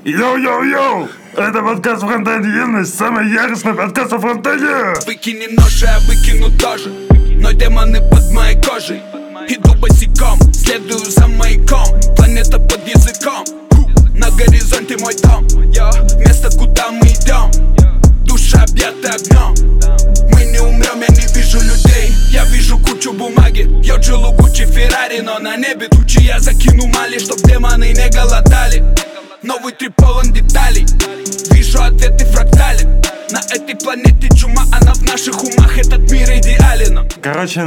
Йоу-йоу-йоу! Это подкаст «Фронтальная юность», самый яростный подкаст о фронтале! Выкини нож, я выкину тоже, но демоны под моей кожей. Иду босиком, следую за маяком, планета под языком. На горизонте мой дом, место, куда мы идем. Душа объята огнем, мы не умрем, я не вижу людей. Я вижу кучу бумаги, я джилу Гуччи Феррари, но на небе тучи я закину мали, чтоб демоны не голодали. Новый трип полон деталей, вижу ответы фрактали. На этой планете чума, она в наших умах, этот мир идеален. Короче,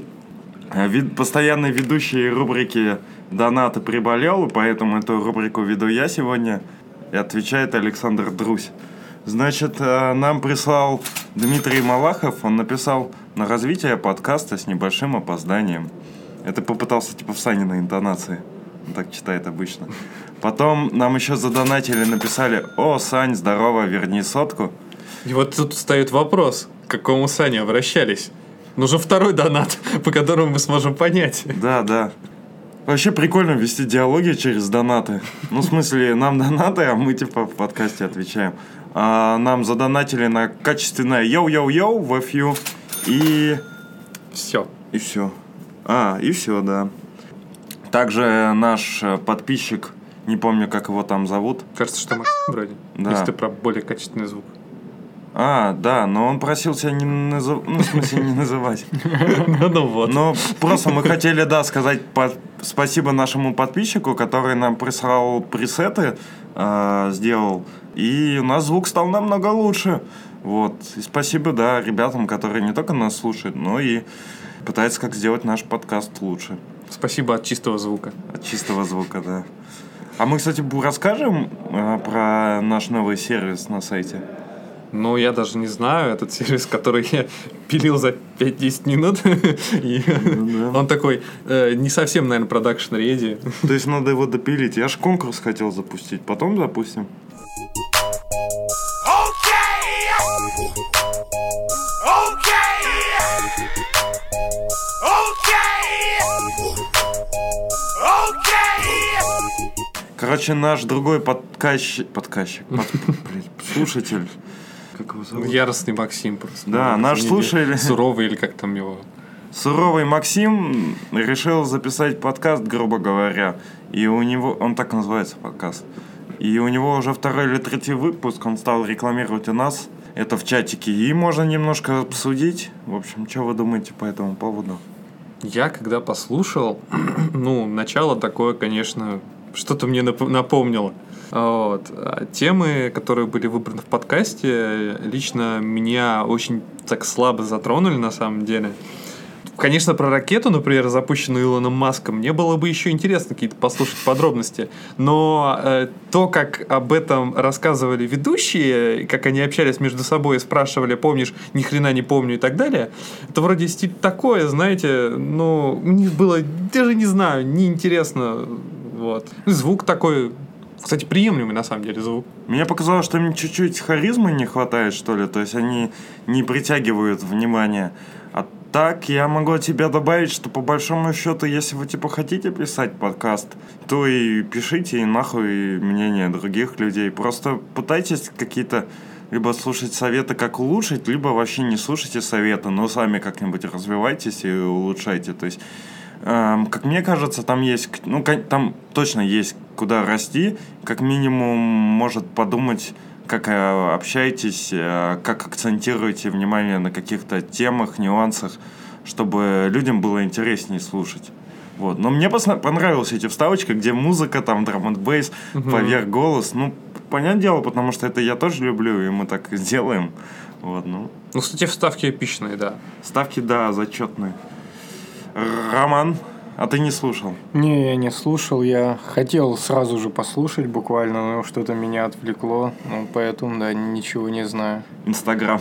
постоянный ведущий рубрики «Донаты» приболел, поэтому эту рубрику веду я сегодня. И отвечает Александр Друзь. Значит, нам прислал Дмитрий Малахов, он написал: на развитие подкаста с небольшим опозданием. Это попытался типа в Саниной интонации. Он так читает обычно. Потом нам еще задонатили, написали: о, Сань, здорово, верни сотку. И вот тут встает вопрос, к какому Сане обращались. Нужен второй донат, по которому мы сможем понять. Да. Вообще прикольно вести диалоги через донаты. Ну, в смысле, нам донаты, а мы типа в подкасте отвечаем. А нам задонатили на качественное йоу-йоу-йоу в FU. И... Все. И все. И все, да. Также наш подписчик, не помню, как его там зовут. Кажется, что Максим вроде. Да. Если ты про более качественный звук. Да, но он просил себя не называть. Ну вот. Но просто мы хотели, сказать спасибо нашему подписчику, который нам прислал пресеты, сделал, и у нас звук стал намного лучше. Вот. И спасибо, ребятам, которые не только нас слушают, но и пытаются как сделать наш подкаст лучше. Спасибо от чистого звука. От чистого звука, да. А мы, кстати, расскажем про наш новый сервис на сайте. Ну, я даже не знаю, этот сервис, который я пилил за 5-10 минут, и он такой, не совсем, наверное, продакшн-реди. То есть надо его допилить. Я же конкурс хотел запустить, потом запустим. Короче, наш другой слушатель. Как его зовут? Яростный Максим просто. Да, наш слушатель. Суровый или как там его. Суровый Максим решил записать подкаст, грубо говоря. И у него, он так называется, подкаст. И у него уже 2-й или 3-й выпуск, он стал рекламировать у нас. Это в чатике. И можно немножко обсудить. В общем, что вы думаете по этому поводу? Я когда послушал, начало такое, конечно, что-то мне напомнило. Вот. Темы, которые были выбраны в подкасте, лично меня очень так слабо затронули на самом деле. Конечно, про ракету, например, запущенную Илоном Маском, мне было бы еще интересно какие-то послушать подробности. Но то, как об этом рассказывали ведущие, как они общались между собой и спрашивали, помнишь, ни хрена не помню и так далее, это вроде стиль такое, знаете, мне было, даже не знаю, неинтересно. Вот. Звук такой, кстати, приемлемый на самом деле звук. Мне показалось, что им чуть-чуть харизмы не хватает, что ли. То есть они не притягивают внимание. А так я могу от тебя добавить, что по большому счету, если вы хотите писать подкаст, то и пишите, и нахуй мнение других людей. Просто пытайтесь какие-то либо слушать советы, как улучшить, либо вообще не слушайте советы, но сами как-нибудь развивайтесь и улучшайте. То есть, как мне кажется, там есть, там точно есть куда расти. Как минимум, может подумать, как общаетесь, как акцентируете внимание на каких-то темах, нюансах, чтобы людям было интереснее слушать. Вот. Но мне понравились эти вставочки, где музыка, там драм-н-бейс, поверх голос. Понятное дело, потому что это я тоже люблю, и мы так сделаем. Вот, кстати, вставки эпичные, да. Вставки, да, зачетные. Роман, а ты не слушал? Не, я не слушал. Я хотел сразу же послушать буквально, но что-то меня отвлекло. Поэтому, ничего не знаю. Инстаграм.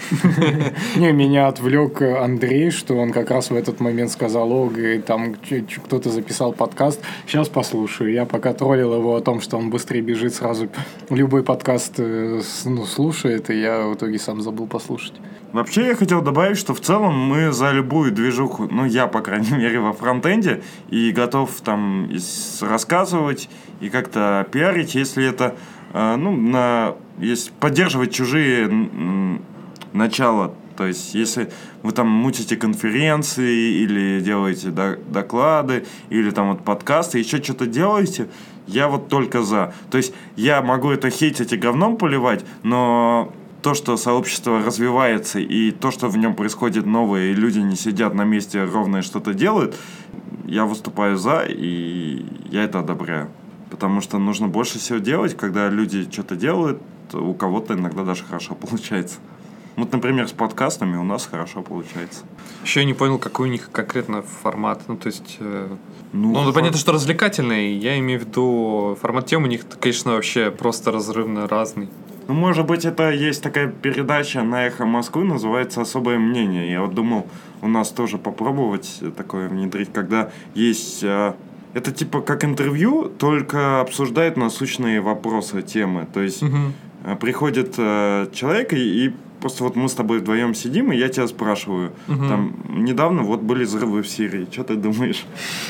Не, меня отвлек Андрей, что он как раз в этот момент сказал: говорит, там кто-то записал подкаст, сейчас послушаю. Я пока троллил его о том, что он быстрее бежит, сразу любой подкаст слушает, и я в итоге сам забыл послушать. Вообще я хотел добавить, что в целом мы за любую движуху, ну я, по крайней мере, во фронтенде, и готов там рассказывать и как-то пиарить, если это, если поддерживать чужие начала. То есть, если вы там мутите конференции или делаете доклады, или там вот подкасты, еще что-то делаете, я вот только за. То есть, я могу это хейтить и говном поливать, но то, что сообщество развивается, и то, что в нем происходит новое, и люди не сидят на месте ровно и что-то делают, я выступаю за, и я это одобряю. Потому что нужно больше всего делать, когда люди что-то делают, у кого-то иногда даже хорошо получается. Вот, например, с подкастами у нас хорошо получается. Еще я не понял, какой у них конкретно формат. Ну, то есть... Ну, понятно, что развлекательный. Я имею в виду, формат тем у них, конечно, вообще просто разрывно разный. Ну, может быть, это есть такая передача на «Эхо Москвы», называется «Особое мнение». Я вот думал, у нас тоже попробовать такое внедрить, когда есть... Это типа как интервью, только обсуждает насущные вопросы, темы. То есть приходит человек, и просто вот мы с тобой вдвоем сидим, и я тебя спрашиваю. Там недавно вот были взрывы в Сирии. Что ты думаешь?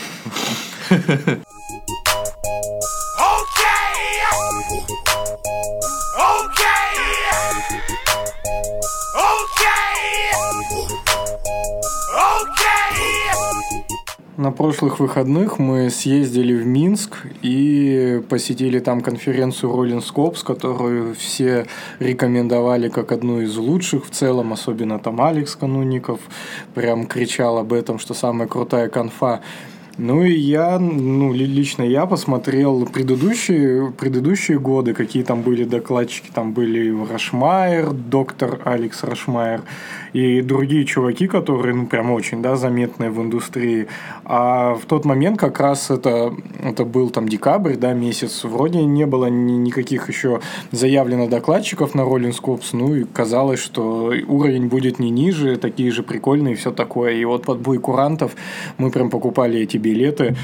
На прошлых выходных мы съездили в Минск и посетили там конференцию Rolling Scopes, которую все рекомендовали как одну из лучших в целом, особенно там Алекс Канунников прям кричал об этом, что самая крутая конфа. Ну и лично я посмотрел предыдущие годы, какие там были докладчики, там были Рашмайер, доктор Алекс Рашмайер и другие чуваки, которые, прям очень, заметные в индустрии. А в тот момент как раз это был там декабрь, месяц, вроде не было никаких еще заявлено докладчиков на Rolling Scopes, ну и казалось, что уровень будет не ниже, такие же прикольные и все такое. И вот под бой курантов мы прям покупали эти билеты.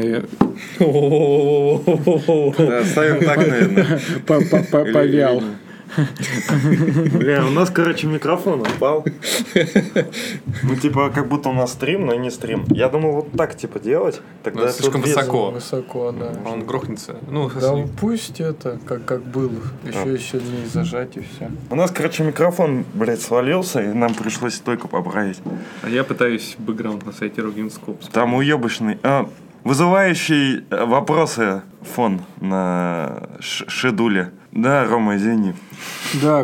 Ставим так, наверное. Повял. Бля, у нас, микрофон упал. Ну, типа, как будто у нас стрим, но не стрим. Я думал, вот так, делать. Тогда слишком высоко. Высоко, да. Он грохнется. Пусть это, как было. Еще сильнее зажать и все. У нас, микрофон, свалился, и нам пришлось стойку поправить. А я пытаюсь бэкграунд на сайте Rolling Scopes. Там уебочный... Вызывающий вопросы фон на шедуле. Да, Рома, извини. Да,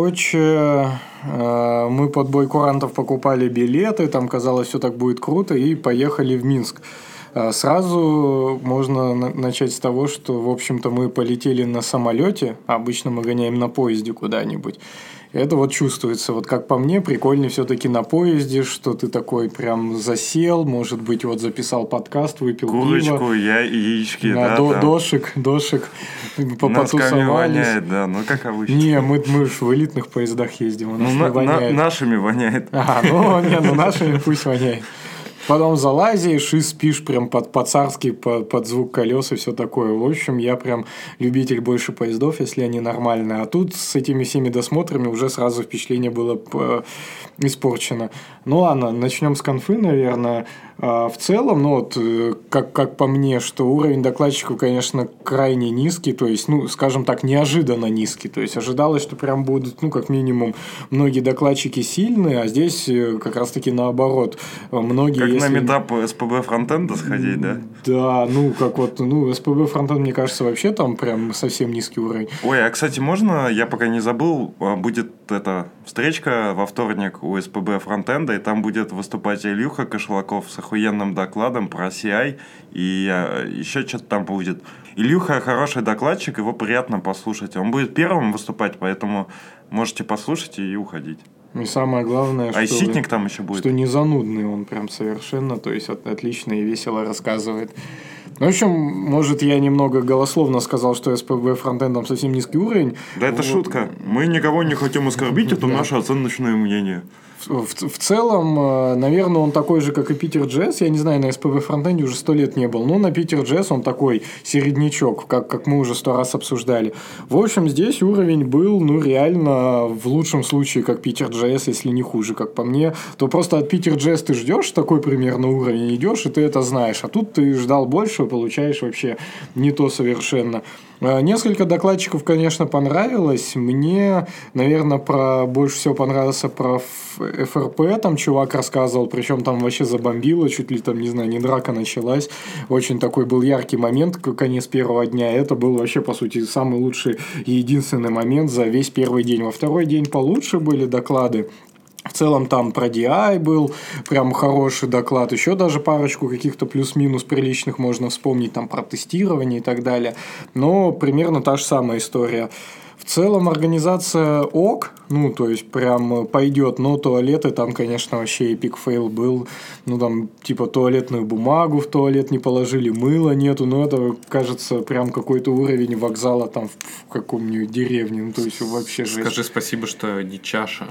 мы под бой курантов покупали билеты, там казалось, все так будет круто, и поехали в Минск. Сразу можно начать с того, что, в общем-то, мы полетели на самолете, а обычно мы гоняем на поезде куда-нибудь. Это вот чувствуется, вот как по мне, прикольнее все-таки на поезде, что ты такой прям засел, может быть, вот записал подкаст, выпил курочку, пиво. яички, Дошик, потусовались. Носками воняет, да, как обычно. Не, мы ж в элитных поездах ездим, у нас не воняет. Нашими воняет. Нашими пусть воняет. Потом залазишь и спишь прям по-царски, под звук колес и все такое. В общем, я прям любитель больше поездов, если они нормальные. А тут с этими всеми досмотрами уже сразу впечатление было испорчено. Ну ладно, начнем с конфы, наверное. В целом, как по мне, что уровень докладчиков, конечно, крайне низкий, то есть, скажем так, неожиданно низкий. То есть, ожидалось, что прям будут, как минимум, многие докладчики сильные, а здесь как раз-таки наоборот. Многие, на метап СПБ фронтенда сходить, да? Да, СПБ фронтенд, мне кажется, вообще там прям совсем низкий уровень. Ой, а, кстати, можно, я пока не забыл, будет встречка во вторник у СПБ фронтенда, и там будет выступать Илюха Кошлаков с охуенным докладом про CI, и еще что-то там будет. Илюха хороший докладчик, его приятно послушать. Он будет первым выступать, поэтому можете послушать и уходить. И самое главное, Айситник там еще будет. Что не занудный он прям совершенно, то есть отлично и весело рассказывает. В общем, может, я немного голословно сказал, что SPB фронтендом совсем низкий уровень. Да это шутка. Мы никого не хотим оскорбить, это наше оценочное мнение. В целом, наверное, он такой же, как и Питер.js. Я не знаю, на SPB фронтенде уже 100 лет не был. Но на Питер.js он такой середнячок, как мы уже 100 раз обсуждали. В общем, здесь уровень был, реально, в лучшем случае, как Питер.js, если не хуже, как по мне. То просто от Питер.js ты ждешь такой примерно уровень, идешь, и ты это знаешь. А тут ты ждал больше, получаешь вообще не то совершенно. Несколько докладчиков, конечно, понравилось. Мне, наверное, больше всего понравился про ФРП. Там чувак рассказывал, причем там вообще забомбило, чуть ли там, не знаю, не драка началась. Очень такой был яркий момент, конец первого дня. Это был вообще, по сути, самый лучший и единственный момент за весь первый день. Во второй день получше были доклады. В целом там про DI был прям хороший доклад, еще даже парочку каких-то плюс-минус приличных можно вспомнить, там про тестирование и так далее, но примерно та же самая история. В целом организация ок, то есть прям пойдет, но туалеты там, конечно, вообще эпик фейл был, там типа туалетную бумагу в туалет не положили, мыла нету, это, кажется, прям какой-то уровень вокзала там в каком-нибудь деревне, то есть вообще жесть. Скажи спасибо, что не чаша.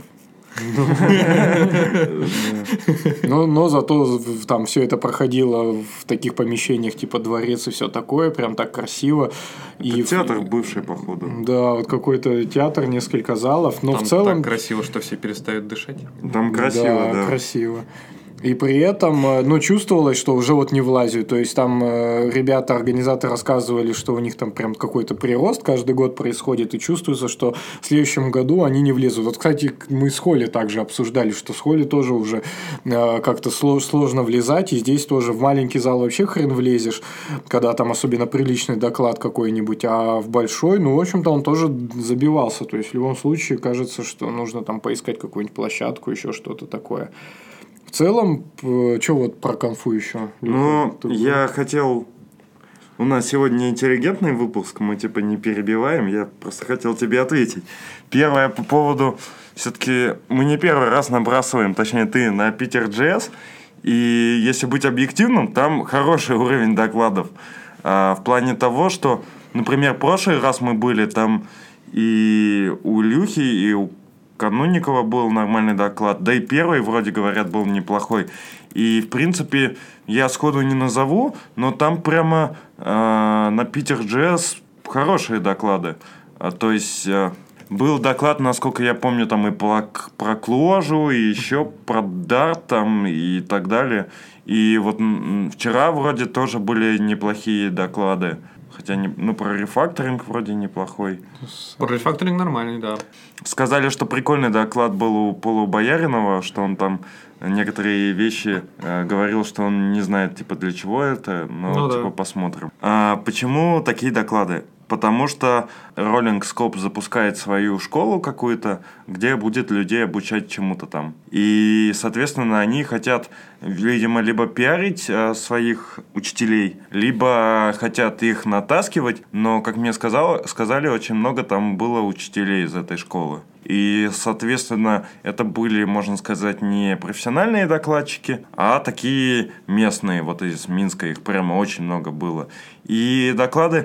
Но зато там все это проходило в таких помещениях типа дворец и все такое, прям так красиво. И театр бывший, походу. Да, вот какой-то театр, несколько залов, но там в целом так красиво, что все перестают дышать. Там красиво, да. Красиво. И при этом, чувствовалось, что уже не влазит. То есть, там ребята, организаторы рассказывали, что у них там прям какой-то прирост каждый год происходит. И чувствуется, что в следующем году они не влезут. Вот, кстати, мы с Холли также обсуждали, что с Холли тоже уже как-то сложно влезать. И здесь тоже в маленький зал вообще хрен влезешь, когда там особенно приличный доклад какой-нибудь. А в большой, в общем-то, он тоже забивался. То есть, в любом случае, кажется, что нужно там поискать какую-нибудь площадку, еще что-то такое. В целом, что про конфу еще? Я хотел... У нас сегодня интеллигентный выпуск, мы не перебиваем, я просто хотел тебе ответить. Первое по поводу... Все-таки мы не первый раз набрасываем, точнее ты, на Питер.js, и если быть объективным, там хороший уровень докладов. В плане того, что, например, в прошлый раз мы были там и у Илюхи, и у Канунникова был нормальный доклад, да и первый, вроде говорят, был неплохой. И, в принципе, я сходу не назову, но там прямо на Питер.js хорошие доклады. То есть, был доклад, насколько я помню, там и про Кложу, и еще про Dart там, и так далее. И вот вчера вроде тоже были неплохие доклады. Хотя про рефакторинг вроде неплохой. Про рефакторинг нормальный, да. Сказали, что прикольный доклад был у Пола Бояринова, что он там некоторые вещи говорил, что он не знает, для чего это, но посмотрим. Почему такие доклады? Потому что Rolling Scope запускает свою школу какую-то, где будет людей обучать чему-то там. И, соответственно, они хотят, видимо, либо пиарить своих учителей, либо хотят их натаскивать. Но, как мне сказали, очень много там было учителей из этой школы. И, соответственно, это были, можно сказать, не профессиональные докладчики, а такие местные, вот из Минска, их прямо очень много было. И доклады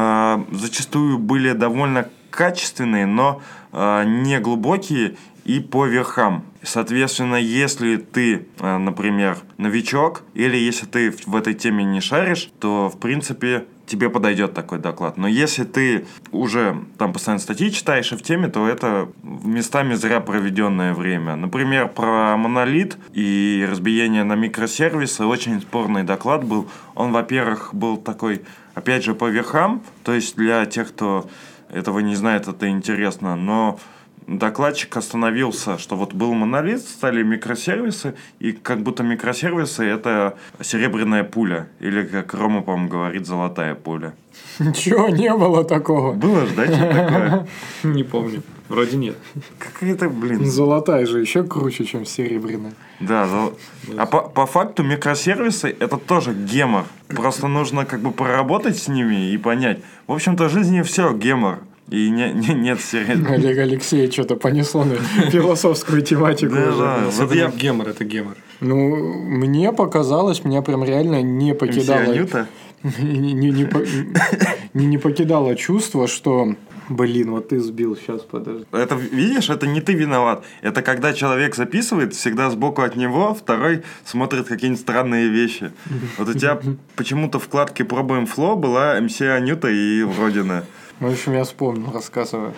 зачастую были довольно качественные, но не глубокие и по верхам. Соответственно, если ты, например, новичок, или если ты в этой теме не шаришь, то, в принципе, тебе подойдет такой доклад. Но если ты уже там постоянно статьи читаешь и в теме, то это местами зря проведенное время. Например, про монолит и разбиение на микросервисы очень спорный доклад был. Он, во-первых, был такой, опять же, по верхам, то есть для тех, кто этого не знает, это интересно, но докладчик остановился, что вот был монолит, стали микросервисы, и как будто микросервисы — это серебряная пуля, или, как Рома, по-моему, говорит, золотая пуля. Ничего не было такого. Было же, да, что-то такое? Не помню. Вроде нет. Какая-то, Золотая же еще круче, чем серебряная. Да, а по факту микросервисы — это тоже гемор. Просто нужно проработать с ними и понять. В общем-то, в жизни все гемор. И нет середины. Олег Алексеевич что-то понесло на философскую тематику. Да, вот гемор, это гемор. Мне показалось, меня прям реально не покидало. Не покидало чувство, что... Блин, вот ты сбил, сейчас, подожди. Это, видишь, это не ты виноват. Это когда человек записывает, всегда сбоку от него, второй смотрит какие-нибудь странные вещи. Вот у тебя почему-то в вкладке «Пробуем флоу» была МС Анюта и Родина. В общем, я вспомнил, рассказываю.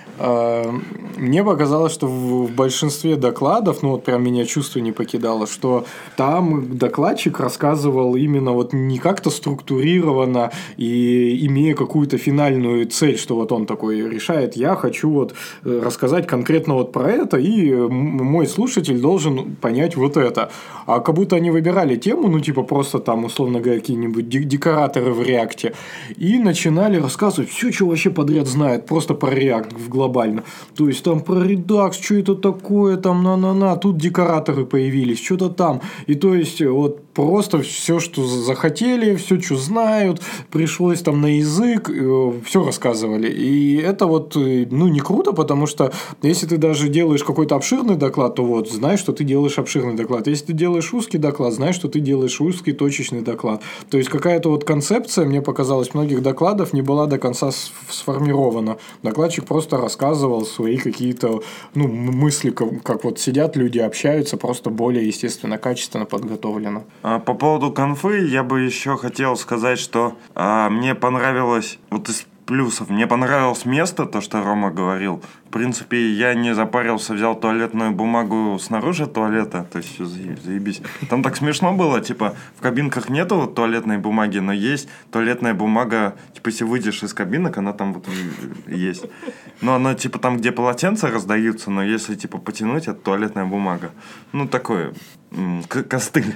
Мне показалось, что в большинстве докладов, ну вот прям меня чувство не покидало, что там докладчик рассказывал именно вот не как-то структурированно и имея какую-то финальную цель, что вот он такой решает, я хочу вот рассказать конкретно вот про это, и мой слушатель должен понять вот это. А как будто они выбирали тему, ну типа просто там, условно говоря, какие-нибудь декораторы в React, и начинали рассказывать все, что вообще подряд знают, просто про React в глобально. То есть там про Redux, что это такое, там тут декораторы появились, что-то там. И то есть вот просто все, что захотели, все, что знают, пришлось там на язык, все рассказывали. И это вот, ну, не круто, потому что если ты даже делаешь какой-то обширный доклад, то вот знаешь, что ты делаешь обширный доклад. Если ты делаешь узкий доклад, знаешь, что ты делаешь узкий точечный доклад. То есть какая-то вот концепция, мне показалось, многих докладов не была до конца сформирована. Докладчик просто рассказывал свои какие-то, ну, мысли, как вот сидят люди, общаются, просто более, естественно, качественно подготовлено. По поводу конфы я бы еще хотел сказать, что мне понравилось, вот из плюсов, мне понравилось место, то, что Рома говорил. В принципе, я не запарился, взял туалетную бумагу снаружи туалета, то есть все заебись. Там так смешно было, типа, в кабинках нету вот туалетной бумаги, но есть туалетная бумага, типа, если выйдешь из кабинок, она там вот есть. Но она, типа, там, где полотенца раздаются, но если, типа, потянуть, это туалетная бумага. Ну, такое, костыль.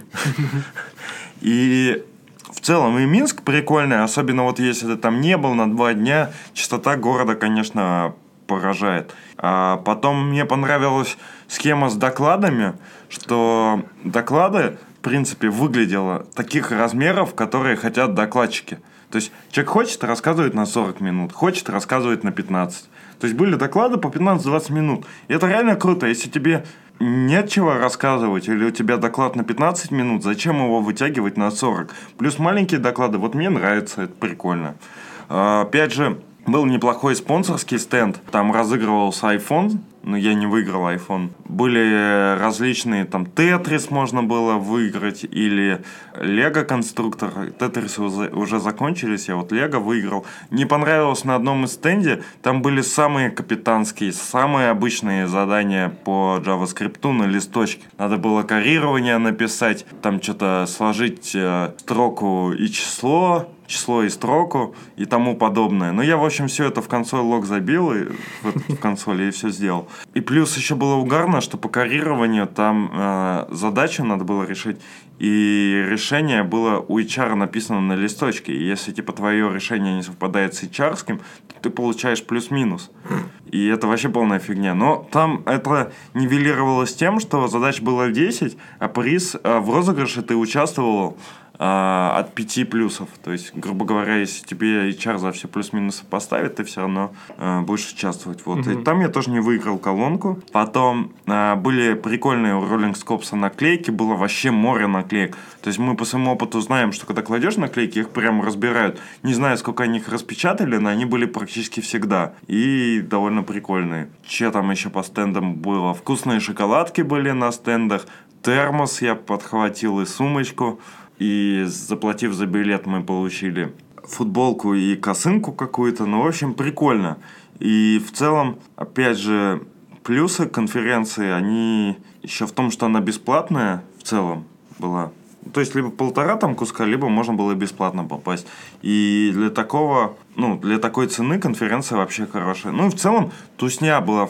И... В целом и Минск прикольный, особенно вот если ты там не был на 2 дня, чистота города, конечно, поражает. А потом мне понравилась схема с докладами, что доклады, в принципе, выглядело таких размеров, которые хотят докладчики. То есть человек хочет, рассказывает на 40 минут, хочет, рассказывает на 15. То есть были доклады по 15-20 минут. И это реально круто, если тебе... Нет чего рассказывать, или у тебя доклад на 15 минут, зачем его вытягивать на 40? Плюс маленькие доклады, вот мне нравится, это прикольно. Опять же, был неплохой спонсорский стенд, там разыгрывался iPhone, но я не выиграл iPhone. Были различные, там, Тетрис можно было выиграть, или Лего-конструктор. Тетрисы уже закончились, я вот Лего выиграл. Не понравилось на одном из стенде, там были самые капитанские, самые обычные задания по JavaScript на листочке. Надо было коррирование написать, там что-то сложить строку и число и строку и тому подобное. Но я, в общем, все это в консоль лог забил в консоли и все сделал. И плюс еще было угарно, что по коррированию там задачу надо было решить, и решение было у HR написано на листочке. И если типа твое решение не совпадает с HR-ским, то ты получаешь плюс-минус. И это вообще полная фигня. Но там это нивелировалось тем, что задач было 10, а приз в розыгрыше ты участвовал от 5 плюсов. То есть, грубо говоря, если тебе HR за все плюс-минусы поставит, ты все равно будешь участвовать. Вот. И там я тоже не выиграл колонку. Потом были прикольные у Rolling Scopes наклейки. Было вообще море наклеек. То есть мы по своему опыту знаем, что когда кладешь наклейки, их прям разбирают. Не знаю, сколько они их распечатали, но они были практически всегда. И довольно прикольные. Че там еще по стендам было? Вкусные шоколадки были на стендах. Термос я подхватил и сумочку. И заплатив за билет, мы получили футболку и косынку какую-то. Ну, в общем, прикольно. И в целом, опять же, плюсы конференции, они еще в том, что она бесплатная в целом была. То есть, либо 1,5 там куска, либо можно было бесплатно попасть. И для такого, для такой цены конференция вообще хорошая. Ну, и в целом, тусня была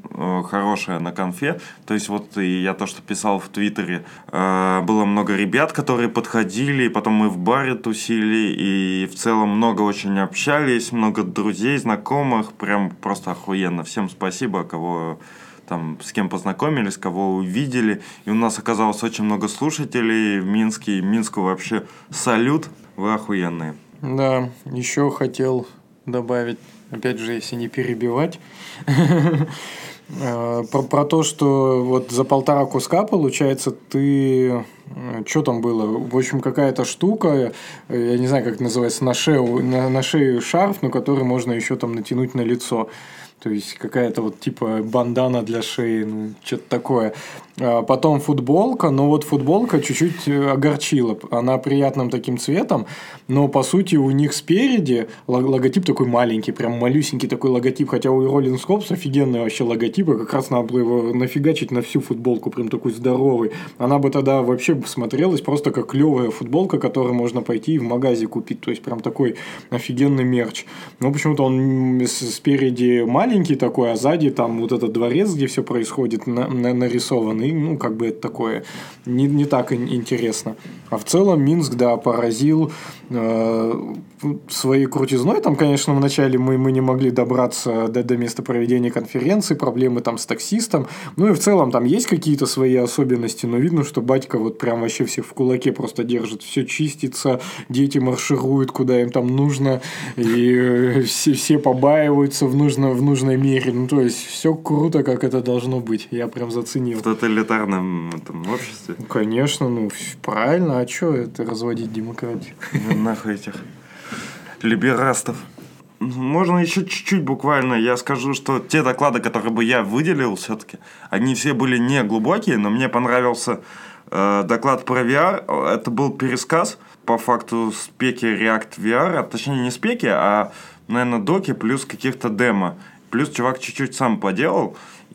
хорошая на конфе. То есть, вот и я то, что писал в Твиттере, было много ребят, которые подходили, потом мы в баре тусили, и в целом много очень общались, много друзей, знакомых, прям просто охуенно. Всем спасибо, кого... Там, с кем познакомились, кого увидели. И у нас оказалось очень много слушателей в Минске. И Минску вообще салют, вы охуенные. Да, еще хотел добавить, опять же, если не перебивать, про то, что вот за 1,5 куска, получается, ты Что там было? В общем, какая-то штука, я не знаю, как это называется, на шею шарф, но который можно еще там натянуть на лицо. То есть какая-то вот типа бандана для шеи, ну, что-то такое. Потом футболка, но вот футболка чуть-чуть огорчила. Она приятным таким цветом, но по сути у них спереди логотип такой маленький, прям малюсенький такой логотип. Хотя у Rolling Scopes офигенный вообще логотип, и как раз надо было его нафигачить на всю футболку, прям такой здоровый. Она бы тогда вообще смотрелась просто как клевая футболка, которую можно пойти и в магазе купить. То есть прям такой офигенный мерч. Но почему-то он спереди маленький такой, а сзади там вот этот дворец, где все происходит, нарисован. И, ну, как бы это такое не так интересно. А в целом Минск, да, поразил своей крутизной. Там, конечно, вначале мы не могли добраться до места проведения конференции, проблемы там с таксистом. Ну и в целом там есть какие-то свои особенности, но видно, что батька вот прям вообще всех в кулаке просто держит. Все чистится, дети маршируют, куда им там нужно, и все побаиваются в нужной мере. Ну, то есть, все круто, как это должно быть. Я прям заценил. В тоталитарном этом обществе. Ну, конечно, ну, правильно. А что это разводить демократию? Нахуй этих либерастов. Можно еще чуть-чуть буквально я скажу, что те доклады, которые бы я выделил все-таки, они все были не глубокие, но мне понравился доклад про VR. Это был пересказ по факту спеки React VR, точнее не спеки, а, наверное, доки плюс каких-то демо. Плюс чувак чуть-чуть сам поделал,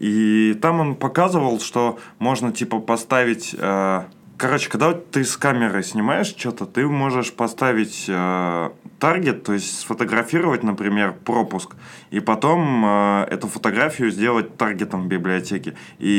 и там он показывал, что можно типа поставить... Короче, когда ты с камерой снимаешь что-то, ты можешь поставить таргет, то есть сфотографировать, например, пропуск, и потом эту фотографию сделать таргетом в библиотеке.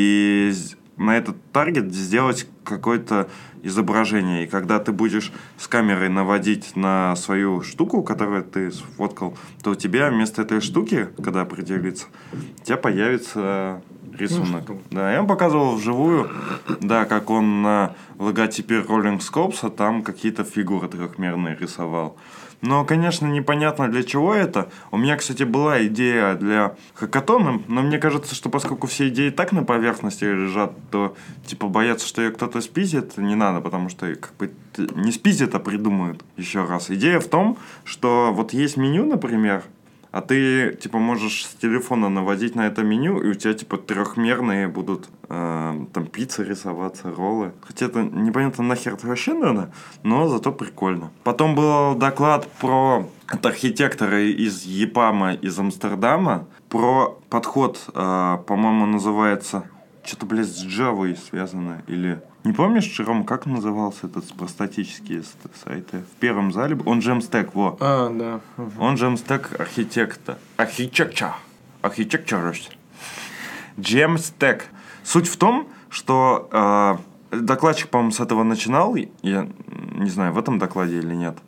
И на этот таргет сделать какое-то изображение. И когда ты будешь с камерой наводить на свою штуку, которую ты сфоткал, то у тебя вместо этой штуки, когда определится, у тебя появится... рисунок. Да, я вам показывал вживую, да, как он на логотипе Rolling Scopes, а там какие-то фигуры трехмерные рисовал. Но, конечно, непонятно для чего это. У меня, кстати, была идея для хакатона, но мне кажется, что поскольку все идеи так на поверхности лежат, то типа бояться, что ее кто-то спиздит, не надо, потому что как бы не спиздят, а придумают еще раз. Идея в том, что вот есть меню, например, а ты, типа, можешь с телефона наводить на это меню, и у тебя, типа, трехмерные будут там пиццы рисоваться, роллы. Хотя это непонятно нахер это вообще надо, но зато прикольно. Потом был доклад от архитектора из ЕПАМа, из Амстердама, про подход, по-моему, называется... Что-то, блядь, с Java связано, или... Не помнишь, Ром, как назывался этот простатический сайт? В первом зале... Он Jamstack, во. А, да. Он Jamstack архитектор. Архитектор. Jamstack. Суть в том, что докладчик, по-моему, с этого начинал. Я не знаю, в этом докладе или нет.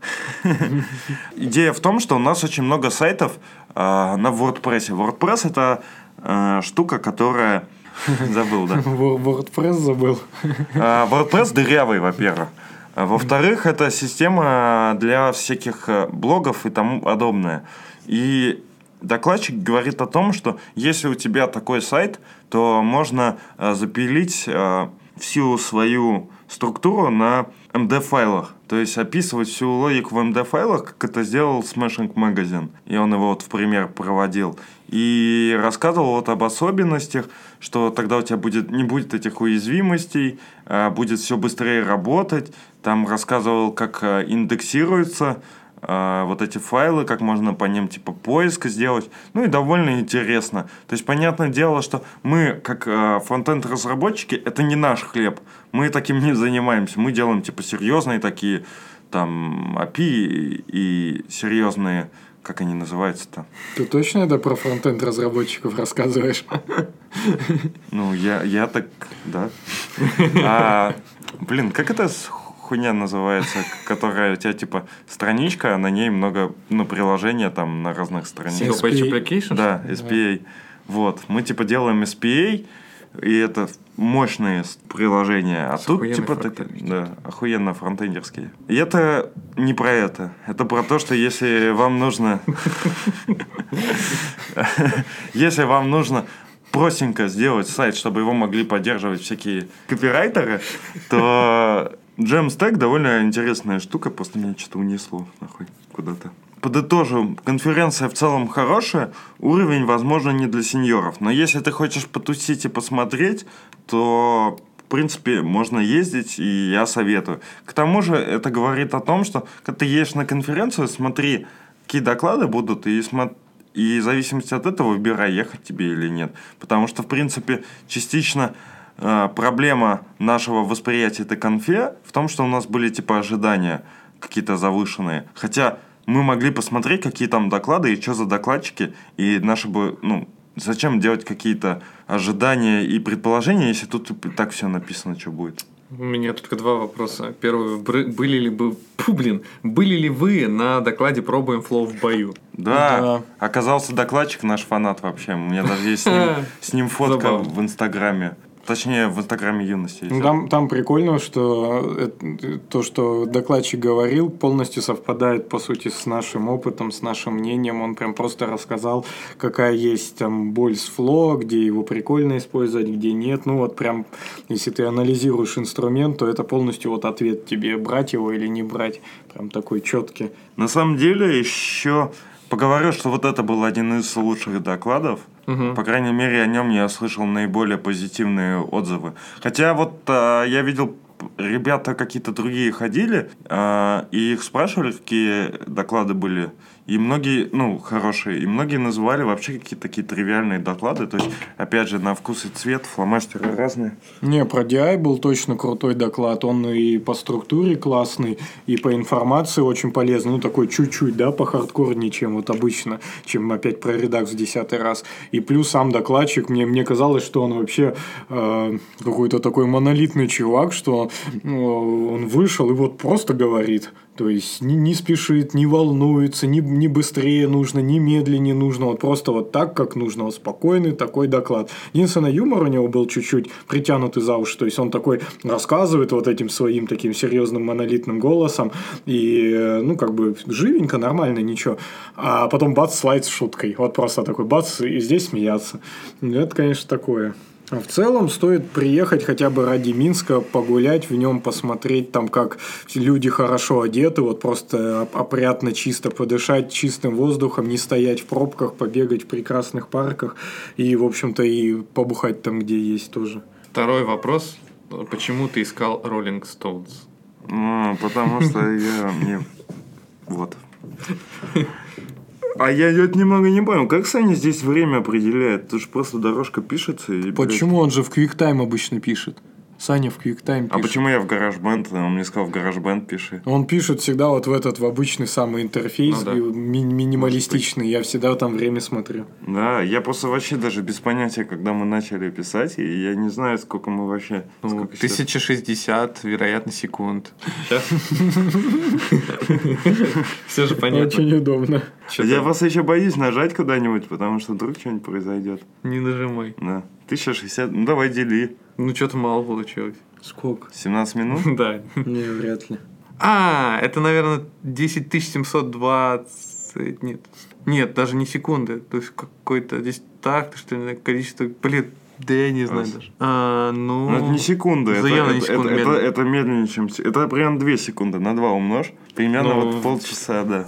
Идея в том, что у нас очень много сайтов на WordPress. WordPress — это штука, которая... Забыл, да. WordPress забыл. WordPress дырявый, во-первых. Во-вторых, это система для всяких блогов и тому подобное. И докладчик говорит о том, что если у тебя такой сайт, то можно запилить всю свою структуру на MD-файлах. То есть описывать всю логику в MD-файлах, как это сделал Smashing Magazine. И он его вот в пример проводил. И рассказывал вот об особенностях, что тогда у тебя не будет этих уязвимостей, будет все быстрее работать. Там рассказывал, как индексируются вот эти файлы, как можно по ним типа поиск сделать. Ну и довольно интересно. То есть понятное дело, что мы, как фронтенд-разработчики, это не наш хлеб. Мы таким не занимаемся. Мы делаем типа серьезные такие там API и серьезные... Как они называются-то? Ты точно это про фронтенд-разработчиков рассказываешь? Ну, я так, да. Блин, как это хуйня называется, которая у тебя, типа, страничка, а на ней много, приложения там на разных страницах. Single-page application? Да, SPA. Вот, мы, типа, делаем SPA, и это мощные приложения. А тут, типа, охуенно фронтендерские. И это не про это. Это про то, что если вам нужно... Если вам нужно простенько сделать сайт, чтобы его могли поддерживать всякие копирайтеры, то Jamstack довольно интересная штука, просто меня что-то унесло нахуй куда-то. Подытожу, конференция в целом хорошая, уровень, возможно, не для сеньоров, но если ты хочешь потусить и посмотреть, то, в принципе, можно ездить, и я советую. К тому же, это говорит о том, что, когда ты едешь на конференцию, смотри, какие доклады будут, и в зависимости от этого выбирай, ехать тебе или нет. Потому что, в принципе, частично проблема нашего восприятия этой конфе в том, что у нас были, типа, ожидания какие-то завышенные. Хотя мы могли посмотреть, какие там доклады и что за докладчики, и наши бы, зачем делать какие-то ожидания и предположения, если тут так все написано, что будет. У меня только два вопроса. Первый, были ли вы на докладе «Пробуем флоу в бою»? Да. Оказался докладчик наш фанат вообще. У меня даже есть с ним фотка в Инстаграме. Точнее, в Инстаграме юности. Там прикольно, что то, что докладчик говорил, полностью совпадает, по сути, с нашим опытом, с нашим мнением. Он прям просто рассказал, какая есть там боль с флоу, где его прикольно использовать, где нет. Прям, если ты анализируешь инструмент, то это полностью ответ тебе, брать его или не брать. Прям такой четкий. На самом деле, еще поговорю, что это был один из лучших докладов. По крайней мере, о нем я слышал наиболее позитивные отзывы. Хотя я видел, ребята какие-то другие ходили, и их спрашивали, какие доклады были. И многие, хорошие, и многие называли вообще какие-то такие тривиальные доклады. То есть, опять же, на вкус и цвет, фломастеры разные. Не, про DI был точно крутой доклад. Он и по структуре классный, и по информации очень полезный. Такой чуть-чуть, по хардкорнее, чем обычно, чем опять про Redux в 10-й раз. И плюс сам докладчик, мне казалось, что он вообще какой-то такой монолитный чувак, что он вышел и просто говорит. То есть не спешит, не волнуется, не быстрее нужно, не медленнее нужно, просто так, как нужно, спокойный такой доклад. Единственное, юмор у него был чуть-чуть притянутый за уши, то есть он такой рассказывает этим своим таким серьезным монолитным голосом, и живенько, нормально, ничего. А потом бац, слайд с шуткой, просто такой бац, и здесь смеяться. Это, конечно, такое. А в целом стоит приехать хотя бы ради Минска, погулять в нем, посмотреть там, как люди хорошо одеты, просто опрятно, чисто подышать чистым воздухом, не стоять в пробках, побегать в прекрасных парках и, в общем-то, и побухать там, где есть тоже. Второй вопрос. Почему ты искал Rolling Stones? Потому что А я немного не понял, как Саня здесь время определяет? Тут же просто дорожка пишется и... Почему он же в QuickTime обычно пишет? Саня в QuickTime пишет. А почему я в GarageBand? Он мне сказал, в GarageBand пиши. Он пишет всегда в обычный самый интерфейс, минималистичный. Я всегда там время смотрю. Да, я просто вообще даже без понятия, когда мы начали писать, и я не знаю, сколько мы вообще... 1060, вероятно, секунд. Все же понятно. Очень удобно. Я просто еще боюсь нажать куда-нибудь, потому что вдруг что-нибудь произойдет. Не нажимай. Да. 1060, давай дели. Что-то мало получилось. Сколько? 17 минут? Да. Не, вряд ли. Это, наверное, 10720... Нет, даже не секунды. То есть какой-то здесь такт, что ли, количество... Да я не знаю даже. Это не секунды. Это медленнее, чем... Это примерно 2 секунды. На 2 умножь. Примерно полчаса, да.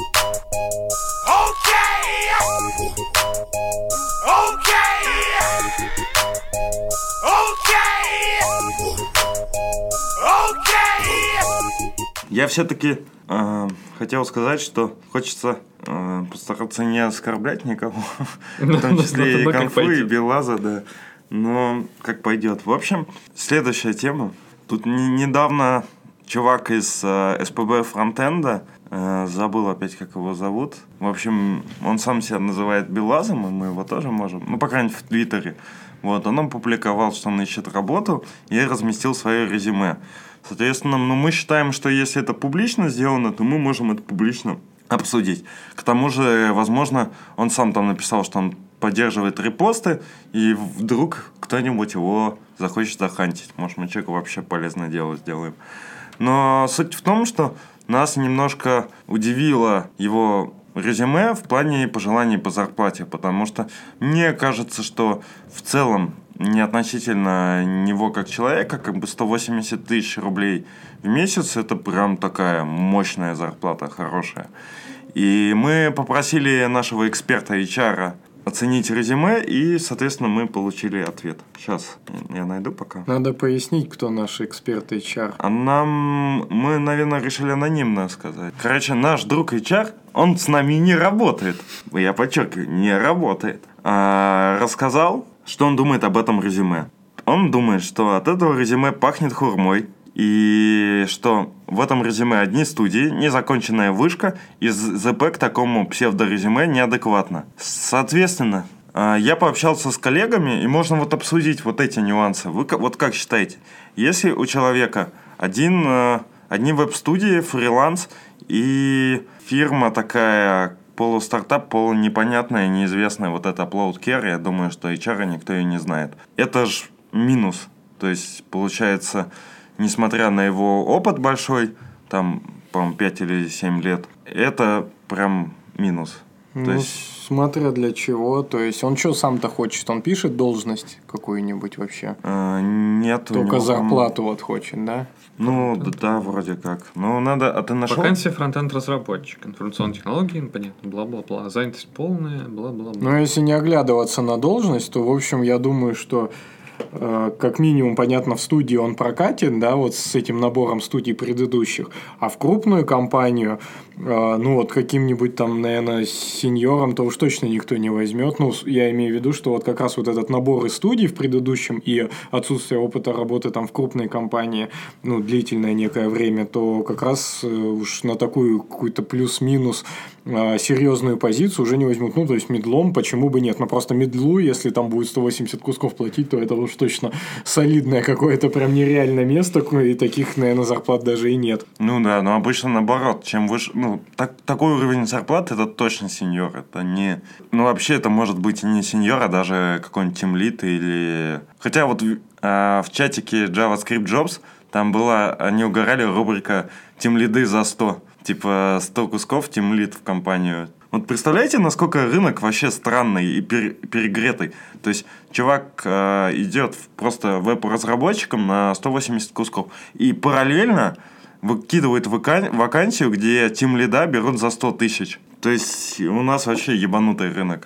Я все-таки хотел сказать, что хочется постараться не оскорблять никого, в том числе и Конфу, и Белаза, да. Но как пойдет. В общем, следующая тема. Тут недавно чувак из СПБ Фронтенда, забыл опять, как его зовут. В общем, он сам себя называет Белазом, и мы его тоже можем. По крайней мере, в Твиттере. Он опубликовал, что он ищет работу, и разместил свое резюме. Соответственно, мы считаем, что если это публично сделано, то мы можем это публично обсудить. К тому же, возможно, он сам там написал, что он поддерживает репосты, и вдруг кто-нибудь его захочет захантить. Может, мы человеку вообще полезное дело сделаем. Но суть в том, что нас немножко удивило его резюме в плане пожеланий по зарплате, потому что мне кажется, что в целом не относительно него как человека, как бы 180 тысяч рублей в месяц, это прям такая мощная зарплата, хорошая. И мы попросили нашего эксперта HR оценить резюме, и, соответственно, мы получили ответ. Сейчас я найду пока. Надо пояснить, кто наш эксперт HR. А мы, наверное, решили анонимно сказать. Короче, наш друг HR, он с нами не работает. Я подчеркиваю, не работает. Рассказал, что он думает об этом резюме. Он думает, что от этого резюме пахнет хурмой, и что в этом резюме одни студии, незаконченная вышка, и ЗП к такому псевдорезюме неадекватно. Соответственно, я пообщался с коллегами, и можно вот обсудить вот эти нюансы. Вы вот как считаете, если у человека одни веб-студии, фриланс и фирма такая полустартап, полунепонятная, неизвестная, вот это Upload Care, я думаю, что HR никто ее не знает. Это ж минус. То есть, получается, несмотря на его опыт большой, там, по-моему, 5 или 7 лет, это прям минус. Ну, То есть, смотря для чего. То есть, он что сам-то хочет? Он пишет должность какую-нибудь вообще? нет. Только зарплату вот хочет, да? Ну, да, вроде как. Ну, надо... А ты нашел? Вакансия фронтенд-разработчик. Информационные технологии, понятно, бла-бла-бла. Занятость полная, бла-бла-бла. Но если не оглядываться на должность, то, в общем, я думаю, что как минимум, понятно, в студии он прокатит, да, вот с этим набором студий предыдущих, а в крупную компанию, ну, вот каким-нибудь там, наверное, сеньором, то уж точно никто не возьмет. Ну, я имею в виду, что вот как раз вот этот набор из студий в предыдущем и отсутствие опыта работы там в крупной компании, ну, длительное некое время, то как раз уж на такую какую-то плюс-минус серьезную позицию уже не возьмут. Ну, то есть, медлом, почему бы нет? Но просто медлу, если там будет 180 кусков платить, то это уж точно солидное какое-то прям нереальное место, и таких, наверное, зарплат даже и нет. Ну да, но обычно наоборот, чем выше, ну, такой уровень зарплаты, это точно сеньор, это не... Ну, вообще, это может быть и не сеньор, а даже какой-нибудь тимлид или... Хотя вот в чатике JavaScript Jobs там была, они угорали, рубрика «Тимлиды за 100». Типа 100 кусков тимлид в компанию. Вот представляете, насколько рынок вообще странный и перегретый. То есть, чувак идет просто веб-разработчиком на 180 кусков. И параллельно выкидывает вакансию, где тимлида берут за 100 тысяч. То есть, у нас вообще ебанутый рынок.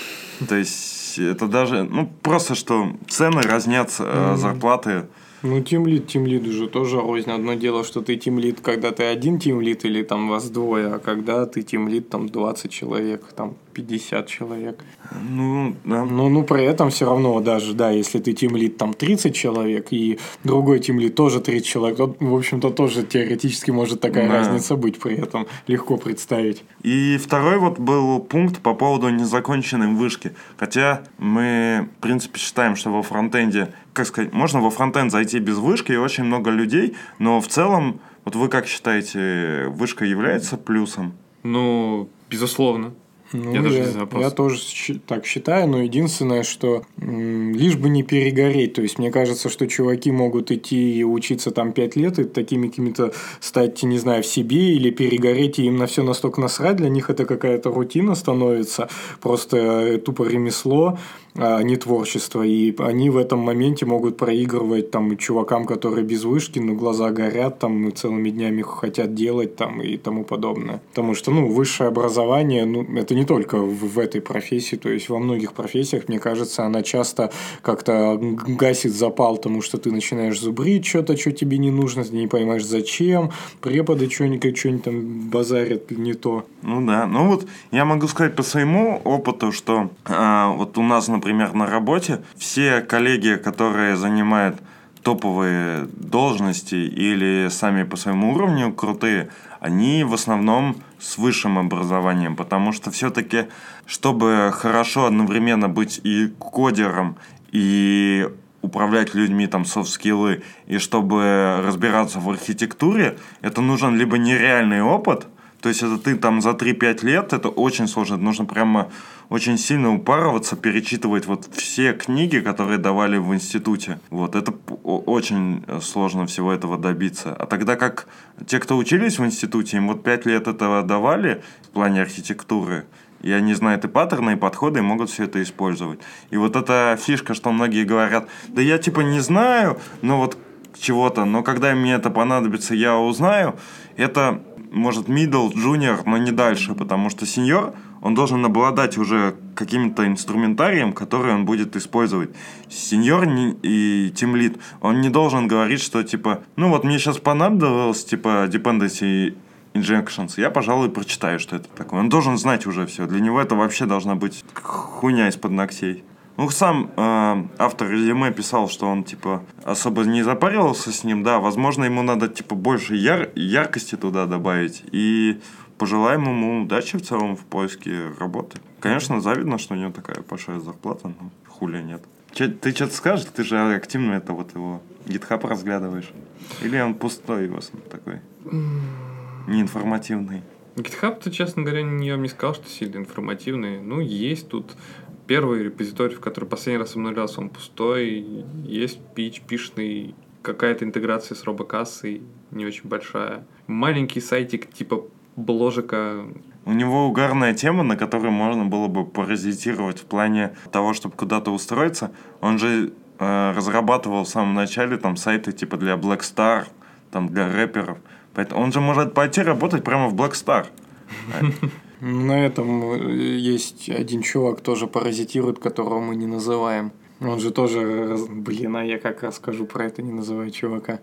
То есть, это даже... Ну, просто что цены разнятся, зарплаты... Ну, тимлид уже тоже рознь. Одно дело, что ты тимлид, когда ты один тимлид или там вас двое, а когда ты тимлид, там 20 человек, там 50 человек. Ну, да. Ну, при этом все равно даже, да, если ты тимлид там 30 человек и другой тимлид тоже 30 человек, то, в общем-то, тоже теоретически может такая разница быть при этом. Легко представить. И второй вот был пункт по поводу незаконченной вышки. Хотя мы, в принципе, считаем, что во фронтенде, как сказать, можно во фронтенд зайти без вышки, и очень много людей, но в целом, вот вы как считаете, вышка является плюсом? Ну, безусловно. Ну, я даже не знаю, я тоже так считаю, но единственное, что лишь бы не перегореть. То есть, мне кажется, что чуваки могут идти и учиться там 5 лет и такими какими-то стать, не знаю, в себе или перегореть, и им на все настолько насрать. Для них это какая-то рутина становится, просто тупо ремесло, а не творчество. И они в этом моменте могут проигрывать там чувакам, которые без вышки, но глаза горят, там целыми днями хотят делать там и тому подобное. Потому что, ну, высшее образование, ну, это не только в этой профессии, то есть во многих профессиях, мне кажется, она часто как-то гасит запал, потому что ты начинаешь зубрить что-то, что тебе не нужно, ты не понимаешь зачем, преподы что-нибудь там базарят не то. Ну да, ну вот я могу сказать по своему опыту, что вот у нас, например, на работе все коллеги, которые занимают топовые должности или сами по своему уровню крутые, они в основном с высшим образованием, потому что все-таки, чтобы хорошо одновременно быть и кодером, и управлять людьми, там, софт-скиллы, и чтобы разбираться в архитектуре, это нужен либо нереальный опыт, То есть это ты там за 3-5 лет, это очень сложно. Нужно прямо очень сильно упарываться, перечитывать вот все книги, которые давали в институте. Вот, это очень сложно всего этого добиться. А тогда как те, кто учились в институте, им вот 5 лет этого давали в плане архитектуры, и они знают и паттерны, и подходы, и могут все это использовать. И вот эта фишка, что многие говорят, да я типа не знаю, но вот чего-то, но когда мне это понадобится, я узнаю, это может middle, junior, но не дальше, потому что senior, он должен обладать уже каким-то инструментарием, который он будет использовать. Senior и team lead, он не должен говорить, что типа, ну вот мне сейчас понадобилось типа dependency injections, я, пожалуй, прочитаю, что это такое. Он должен знать уже все. Для него это вообще должна быть хуйня из-под ногтей. Ну, сам автор резюме писал, что он, типа, особо не запаривался с ним, да, возможно, ему надо, типа, больше яркости туда добавить, и пожелаем ему удачи в целом в поиске работы. Конечно, завидно, что у него такая большая зарплата, но хули нет. Ты что-то скажешь? Ты же активно это вот его GitHub разглядываешь? Или он пустой у вас такой, неинформативный? GitHub-то, честно говоря, я бы не сказал, что сильно информативный. Ну, есть тут первый репозиторий, в который последний раз обновлялся, он пустой. Есть PHP-шный, какая-то интеграция с робокассой, не очень большая. Маленький сайтик типа бложика. У него угарная тема, на которой можно было бы паразитировать в плане того, чтобы куда-то устроиться. Он же разрабатывал в самом начале там сайты типа для Black Star, там для рэперов. Поэтому он же может пойти работать прямо в Black Star. На этом есть один чувак, тоже паразитирует, которого мы не называем. Он же тоже... Блин, а я как расскажу про это, не называя чувака.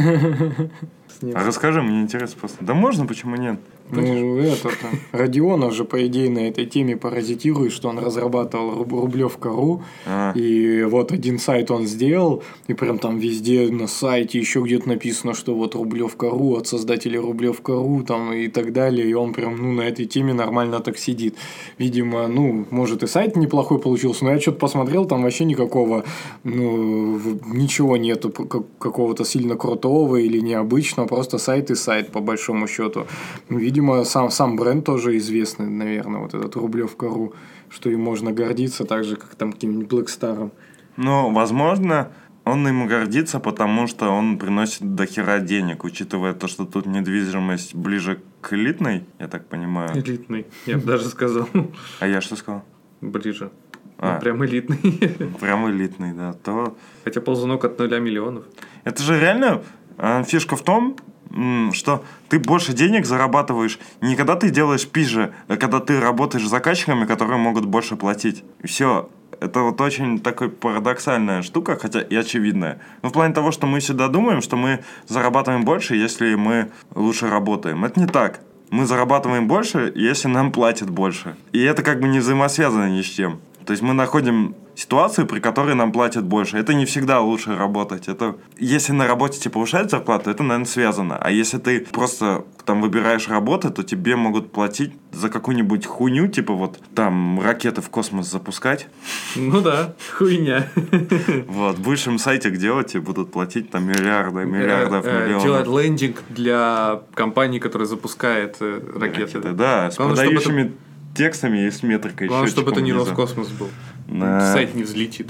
А расскажи, мне интересно просто. Да можно, почему нет? Ну, это-то. Родионов же, по идее, на этой теме паразитирует, что он разрабатывал Рублевка.ру, и вот один сайт он сделал, и прям там везде на сайте еще где-то написано, что вот Рублевка.ру от создателей Рублевка.ру там и так далее, и он прям, ну, на этой теме нормально так сидит. Видимо, ну, может и сайт неплохой получился, но я что-то посмотрел, там вообще никакого, ну, ничего нету какого-то сильно крутого или необычного, просто сайт и сайт, по большому счету. Видимо, сам бренд тоже известный, наверное, вот этот Рублевка.ру, что им можно гордиться так же, как там каким-нибудь Blackstar. Ну, возможно, он ему гордится, потому что он приносит дохера денег, учитывая то, что тут недвижимость ближе к элитной, я так понимаю. Элитный, я бы даже сказал. А я что сказал? Ближе. Ну, прям элитный. Прям элитный, да. Хотя ползунок от 0 миллионов. Это же реально фишка в том, что ты больше денег зарабатываешь не когда ты делаешь пизже, а когда ты работаешь с заказчиками, которые могут больше платить. И все. Это вот очень такая парадоксальная штука, хотя и очевидная. Но в плане того, что мы всегда думаем, что мы зарабатываем больше, если мы лучше работаем. Это не так. Мы зарабатываем больше, если нам платят больше. И это как бы не взаимосвязано ни с чем. То есть мы находим ситуацию, при которой нам платят больше. Это не всегда лучше работать. Это если на работе тебе повышают зарплату, это, наверное, связано. А если ты просто там выбираешь работу, то тебе могут платить за какую-нибудь хуйню, типа вот там ракеты в космос запускать. Ну да, хуйня. Вот, будешь им сайтик делать, тебе будут платить там миллиардов, миллионов. Делать лендинг для компании, которая запускает ракеты. Да, с продающими текстами и с метрикой. Главное, чтобы это не Роскосмос был. Сайт не взлетит.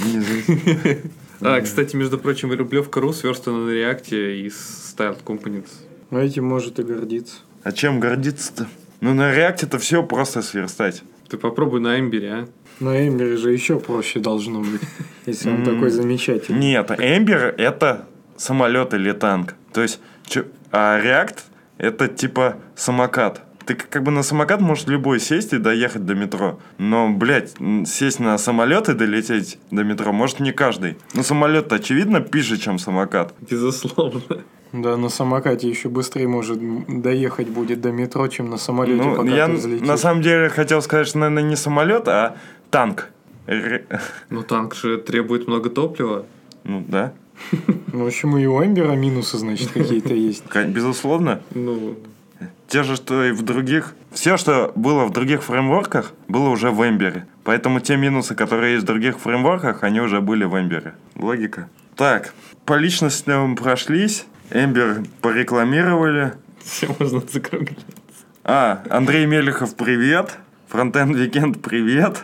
Кстати, между прочим, Рублевка.ру сверстана на реакте из Styled Components. Этим может и гордиться. А чем гордиться-то? Ну, на реакте-то все просто сверстать. Ты попробуй на Эмбере, а? На Эмбере же еще проще должно быть, если он такой замечательный. Нет, Эмбер — это самолет или танк. То есть, а React — это типа самокат. Ты как бы на самокат можешь любой сесть и доехать до метро. Но, блядь, сесть на самолет и долететь до метро может не каждый. Но самолет-то, очевидно, пиже, чем самокат. Безусловно. Да, на самокате еще быстрее может доехать будет до метро, чем на самолете, пока ты взлетишь. На самом деле хотел сказать, что, наверное, не самолет, а танк. Ну, танк же требует много топлива. Ну, да. Ну, в общем, и у Эмбера минусы, значит, какие-то есть. Безусловно. Ну... Те же, что и в других. Все, что было в других фреймворках, было уже в Эмбере. Поэтому те минусы, которые есть в других фреймворках, они уже были в Эмбере. Логика. Так, по личностям прошлись. Эмбер порекламировали. Все можно закруглять. Андрей Мелехов, привет. Фронтенд Викенд, привет.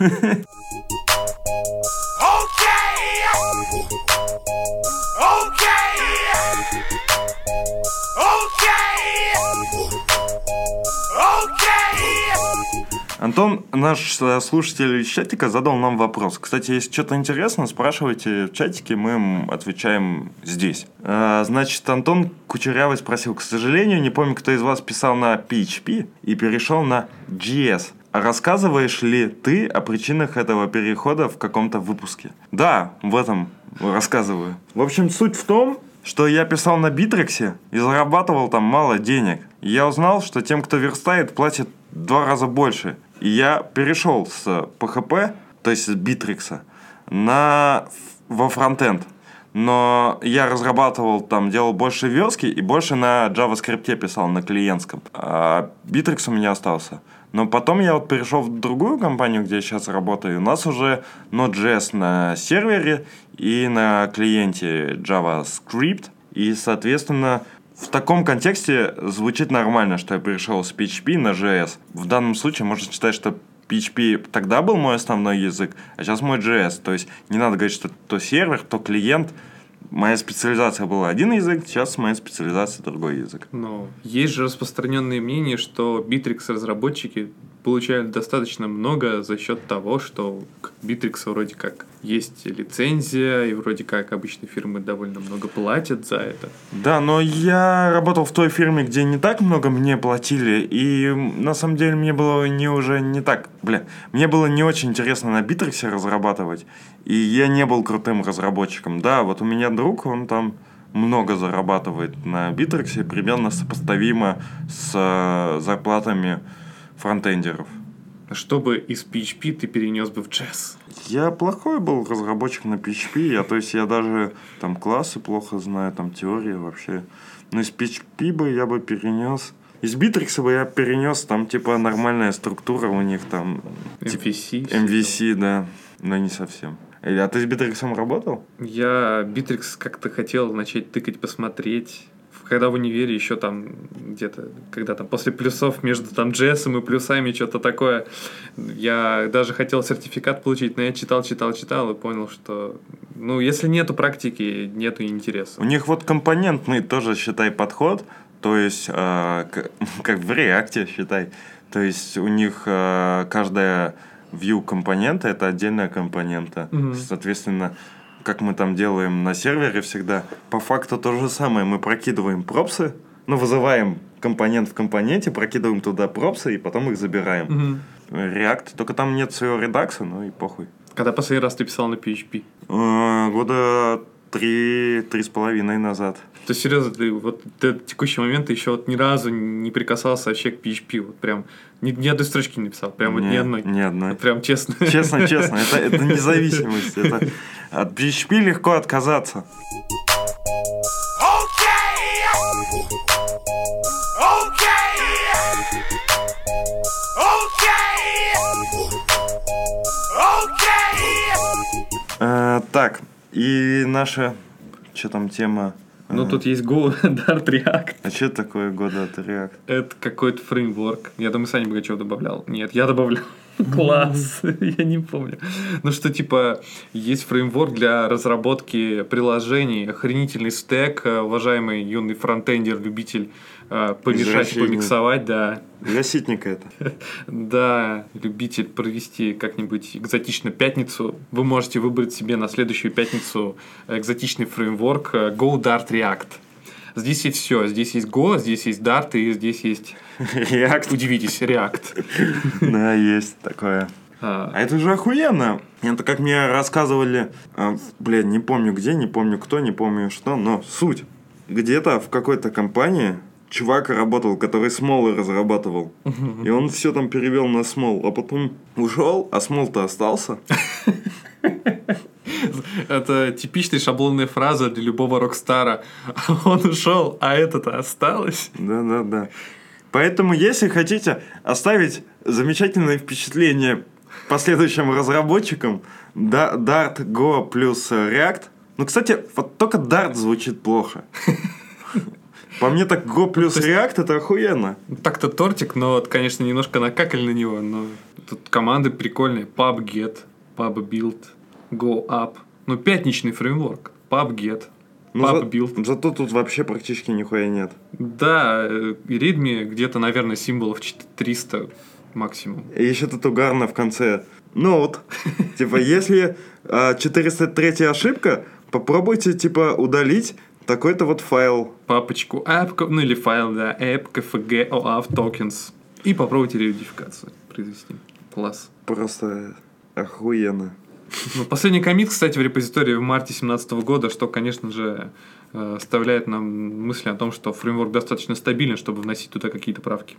Антон, наш слушатель из чатика, задал нам вопрос. Кстати, если что-то интересно, спрашивайте в чатике, мы им отвечаем здесь. Значит, Антон Кучерявый спросил: к сожалению, не помню, кто из вас писал на PHP и перешел на JS. А рассказываешь ли ты о причинах этого перехода в каком-то выпуске? Да, в этом рассказываю. В общем, суть в том, что я писал на Битриксе и зарабатывал там мало денег. И я узнал, что тем, кто верстает, платят 2 раза больше. И я перешел с PHP, то есть с Битрикса, во фронтенд. Но я разрабатывал там, делал больше верстки и больше на JavaScript писал, на клиентском. А Bittrex у меня остался. Но потом я вот перешел в другую компанию, где я сейчас работаю. У нас уже Node.js на сервере и на клиенте JavaScript. И, соответственно, в таком контексте звучит нормально, что я перешел с PHP на JS. В данном случае можно считать, что PHP тогда был мой основной язык, а сейчас мой JS. То есть не надо говорить, что то сервер, то клиент. Моя специализация была один язык, сейчас моя специализация другой язык. Но есть же распространенное мнение, что Bittrex разработчики получают достаточно много за счет того, что Bittrex вроде как есть лицензия, и вроде как обычные фирмы довольно много платят за это. Да, но я работал в той фирме, где не так много мне платили, и на самом деле мне было мне было не очень интересно на Bittrex разрабатывать, и я не был крутым разработчиком. Да, вот у меня друг, он там много зарабатывает на Bittrex, примерно сопоставимо с зарплатами фронтендеров. Чтобы из PHP ты перенес бы в JS? Я плохой был разработчик на PHP, я даже там классы плохо знаю, там теория вообще. Но из PHP бы я бы перенес. Из Bittrex бы я перенес, там типа нормальная структура у них там. MVC, да, но не совсем. А ты с Bittrex работал? Я Bittrex как-то хотел начать тыкать, посмотреть. Когда в универе еще там где-то, когда там после плюсов между там JS и плюсами что-то такое, я даже хотел сертификат получить, но я читал и понял, что, если нету практики, нету интереса. У них вот компонентный тоже, считай, подход, то есть, как в React, считай, то есть у них каждая view компонента — это отдельная компонента, соответственно, как мы там делаем на сервере всегда, по факту то же самое. Мы прокидываем пропсы, вызываем компонент в компоненте, прокидываем туда пропсы и потом их забираем. React, только там нет своего редакса, и похуй. Когда последний раз ты писал на PHP? Года 3,5 назад. То есть, серьезно, ты вот до текущего момента еще ни разу не прикасался вообще к PHP? Вот прям ни одной строчки не написал? Прям вот ни одной? Ни одной. Прям честно? Честно. Это независимость. От PHP легко отказаться. Так, и наша... Что там тема? Тут есть Go Dart React. А что такое Go Dart React? Это какой-то фреймворк. Я думаю, Саня Богачев добавлял. Нет, я добавлял. Класс. Я не помню. Есть фреймворк для разработки приложений. Охренительный стэк. Уважаемый юный фронтендер, любитель помешать, помиксовать, да. Гаситника это. Да, любитель провести как-нибудь экзотично пятницу. Вы можете выбрать себе на следующую пятницу экзотичный фреймворк Go Dart React. Здесь есть все. Здесь есть Go, здесь есть Dart и здесь есть... React. Удивитесь, React. Да, есть такое. А это же охуенно. Это как мне рассказывали, не помню где, не помню кто, не помню что, но суть. Где-то в какой-то компании чувак работал, который смолы разрабатывал. И он все там перевел на смол, а потом ушел, а смол-то остался. Это типичная шаблонная фраза для любого рокстара. Он ушел, а это-то осталось. Да. Поэтому, если хотите оставить замечательное впечатление последующим разработчикам, Dart, Go плюс React. Кстати, вот только Dart звучит плохо. По мне так Go плюс React это охуенно. Так-то тортик, но, вот, конечно, немножко накакали на него. Но тут команды прикольные. PubGet, PubBuild, GoUp. Ну, пятничный фреймворк. PubGet, PubBuild. Зато тут вообще практически нихуя нет. Да, readme где-то, наверное, символов 300 максимум. И еще тут угарно в конце. Ноут. Типа, если 403 ошибка, попробуйте, типа, удалить такой-то вот файл. Папочку app, ну или файл, да, app, kfg, oauth, tokens. И попробуйте реудификацию произвести. Класс. Просто охуенно. Ну, последний коммит, кстати, в репозитории в марте 2017 года, что, конечно же, оставляет нам мысли о том, что фреймворк достаточно стабилен, чтобы вносить туда какие-то правки.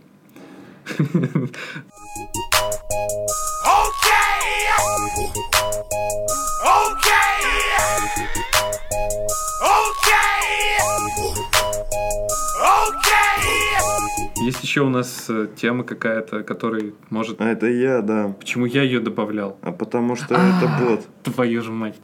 Есть еще у нас тема какая-то, которая может... А это я, да. Почему я ее добавлял? А потому что это бот. Твою же мать.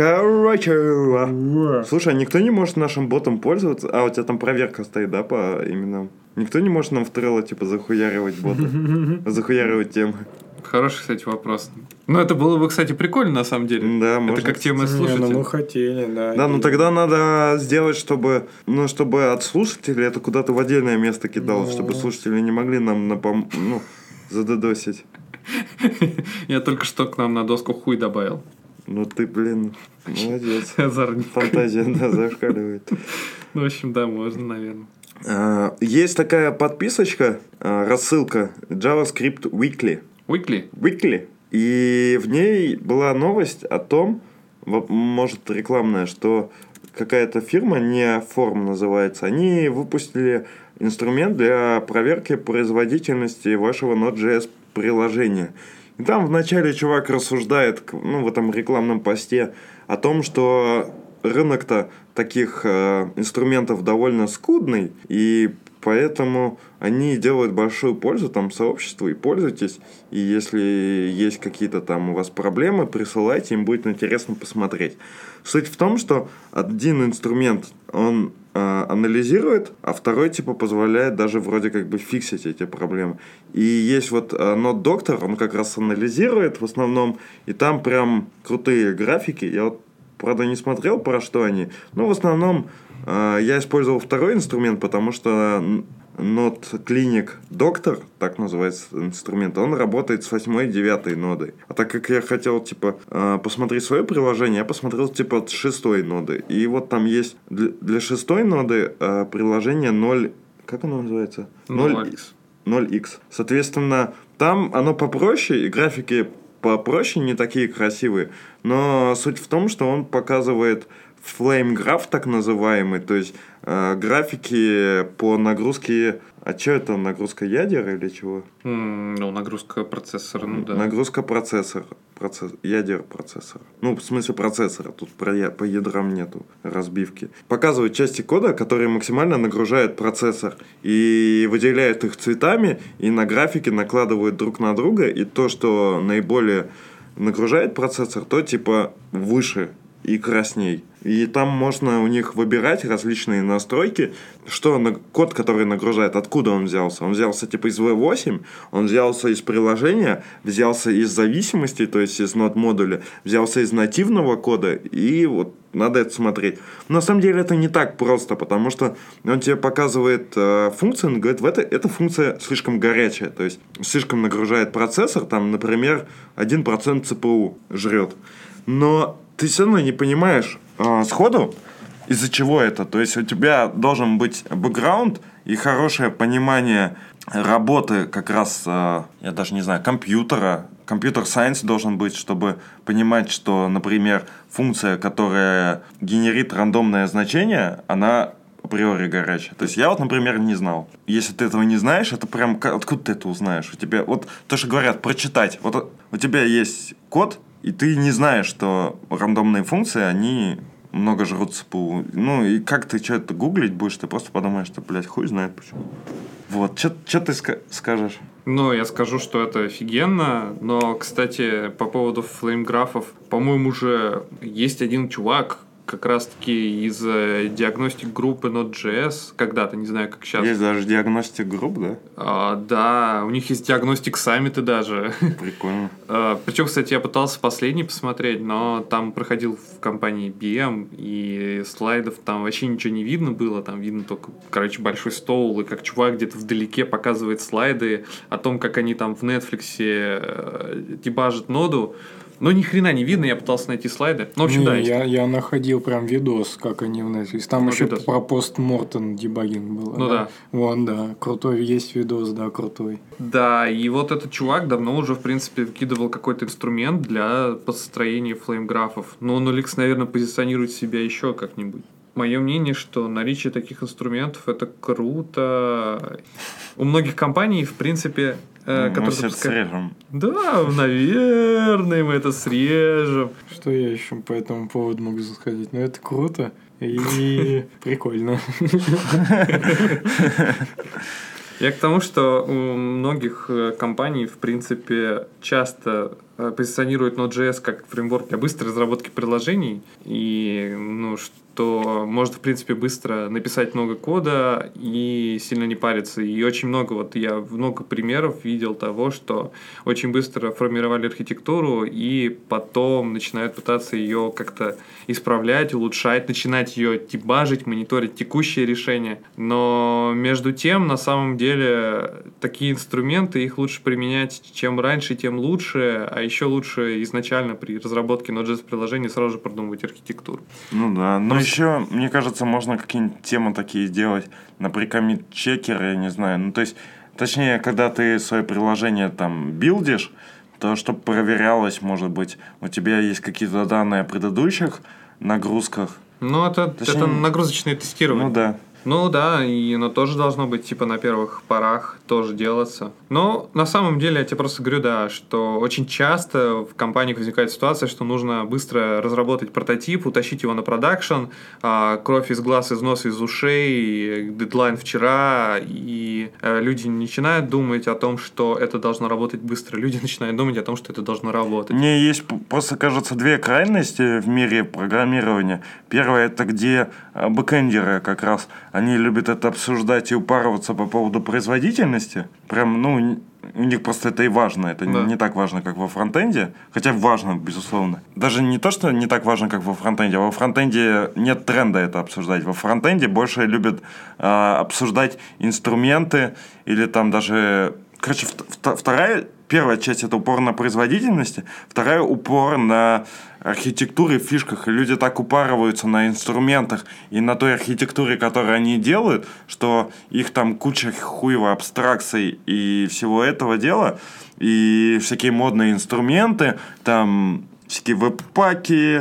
Короче. Слушай, а никто не может нашим ботом пользоваться? А, у тебя там проверка стоит, да, по именам? Никто не может нам в Trello, типа, захуяривать бота? Захуяривать темы? Хороший, кстати, вопрос. Ну, это было бы, кстати, прикольно, на самом деле. Да, это можно. как тема слушателя. Не, ну мы хотели, да. Да, ну тогда надо сделать, чтобы от слушателей это куда-то в отдельное место кидалось, чтобы слушатели не могли нам задодосить. Я только что к нам на доску хуй добавил. Ну ты, блин, молодец. Озорник. Фантазия, да, зашкаливает. Ну, в общем, да, можно, наверное. Есть такая подписочка, рассылка JavaScript Weekly. Weekly? И в ней была новость о том, может рекламная, что какая-то фирма, не Form называется, они выпустили инструмент для проверки производительности вашего Node.js приложения. И там вначале чувак рассуждает, в этом рекламном посте о том, что рынок-то таких инструментов довольно скудный, и поэтому они делают большую пользу там сообществу, и пользуйтесь. И если есть какие-то там у вас проблемы, присылайте, им будет интересно посмотреть. Суть в том, что один инструмент, он анализирует, а второй типа позволяет даже вроде как бы фиксить эти проблемы. И есть вот Node Doctor, он как раз анализирует в основном, и там прям крутые графики. Я вот, правда, не смотрел, про что они, но в основном я использовал второй инструмент, потому что Node Clinic Doctor, так называется инструмент, он работает с 8 и 9 нодой. А так как я хотел, посмотреть свое приложение, я посмотрел, с 6 ноды. И вот там есть для 6 ноды приложение 0... Как оно называется? 0x. Соответственно, там оно попроще, и графики попроще, не такие красивые. Но суть в том, что он показывает Flame Graph, так называемый, то есть графики по нагрузке... А что это, нагрузка ядер или чего? Ну, нагрузка процессора, ну да. Нагрузка процессора. Ядер процессора. Ну, в смысле процессора. Тут по ядрам нету разбивки. Показывают части кода, которые максимально нагружают процессор. И выделяют их цветами, и на графике накладывают друг на друга. И то, что наиболее нагружает процессор, то выше и красней. И там можно у них выбирать различные настройки, что код, который нагружает, откуда он взялся. Он взялся из V8, он взялся из приложения, взялся из зависимостей, то есть из нод-модуля, взялся из нативного кода, и вот надо это смотреть. Но на самом деле это не так просто, потому что он тебе показывает функцию, он говорит, эта функция слишком горячая, то есть слишком нагружает процессор, там, например, 1% CPU жрет. Но ты все равно не понимаешь сходу, из-за чего это. То есть у тебя должен быть бэкграунд и хорошее понимание работы как раз, я даже не знаю, компьютера. Компьютер-сайенс должен быть, чтобы понимать, что, например, функция, которая генерит рандомное значение, она априори горячая. То есть я вот, например, не знал. Если ты этого не знаешь, это прям... Откуда ты это узнаешь? У тебя вот то, что говорят, прочитать. Вот у тебя есть код, и ты не знаешь, что рандомные функции, они много жрут ЦПУ. Ну, и как ты что-то гуглить будешь, ты просто подумаешь, что, блядь, хуй знает почему. Вот, что ты скажешь? Ну, я скажу, что это офигенно, но, кстати, по поводу флеймграфов, по-моему, уже есть один чувак, как раз-таки из диагностик группы Node.js когда-то, не знаю, как сейчас. Есть даже диагностик групп, да? Да, у них есть диагностик саммиты даже. Прикольно. Причем, кстати, я пытался последний посмотреть, но там проходил в компании BM, и слайдов там вообще ничего не видно было. Там видно только, короче, большой стол, и как чувак где-то вдалеке показывает слайды о том, как они там в Netflix дебажат ноду. Но ни хрена не видно, я пытался найти слайды. Ну, в общем, да. Я находил прям видос, как они в Netflix. Там еще видос. про постмортем дебагинг было. Ну да. Вон, да. Крутой есть видос, да, крутой. Да, и вот этот чувак давно уже, в принципе, выкидывал какой-то инструмент для построения флеймграфов. Но Nulix, наверное, позиционирует себя еще как-нибудь. Мое мнение, что наличие таких инструментов это круто. У многих компаний, в принципе, которые мы все это срежем. Да, наверное, мы это срежем. Что я еще по этому поводу могу сказать? Ну, это круто и прикольно. Я к тому, что у многих компаний, в принципе, часто позиционируют Node.js как фреймворк для быстрой разработки приложений, и что можно, в принципе, быстро написать много кода и сильно не париться. И очень много, я много примеров видел того, что очень быстро формировали архитектуру и потом начинают пытаться ее как-то исправлять, улучшать, начинать ее дебажить, мониторить текущие решения. Но между тем, на самом деле, такие инструменты, их лучше применять чем раньше, тем лучше, а еще лучше изначально при разработке Node.js приложения сразу же продумывать архитектуру. Ну да, но еще, мне кажется, можно какие-нибудь темы такие делать, например, коммит-чекеры, я не знаю, ну то есть, точнее, когда ты свое приложение там билдишь, то чтобы проверялось, может быть, у тебя есть какие-то данные о предыдущих нагрузках. Ну, это нагрузочное тестирование. Ну да. Ну да, и оно тоже должно быть, типа, на первых порах тоже делаться. Но на самом деле, я тебе просто говорю, да, что очень часто в компаниях возникает ситуация, что нужно быстро разработать прототип, утащить его на продакшн, кровь из глаз, из носа, из ушей, дедлайн вчера, и люди начинают думать о том, что это должно работать быстро. Люди начинают думать о том, что это должно работать. Мне есть просто, кажется, две крайности в мире программирования. Первое, это где бэкэндеры как раз, они любят это обсуждать и упарываться по поводу производительности. Прям, у них просто это и важно. Это не так важно, как во фронтенде. Хотя важно, безусловно. Даже не то, что не так важно, как во фронтенде. Во фронтенде нет тренда это обсуждать. Во фронтенде больше любят обсуждать инструменты или там даже... Короче, первая часть это упор на производительности, вторая упор на архитектуре и фишках. И люди так упарываются на инструментах и на той архитектуре, которую они делают, что их там куча хуевой абстракций и всего этого дела, и всякие модные инструменты, там всякие веб-паки,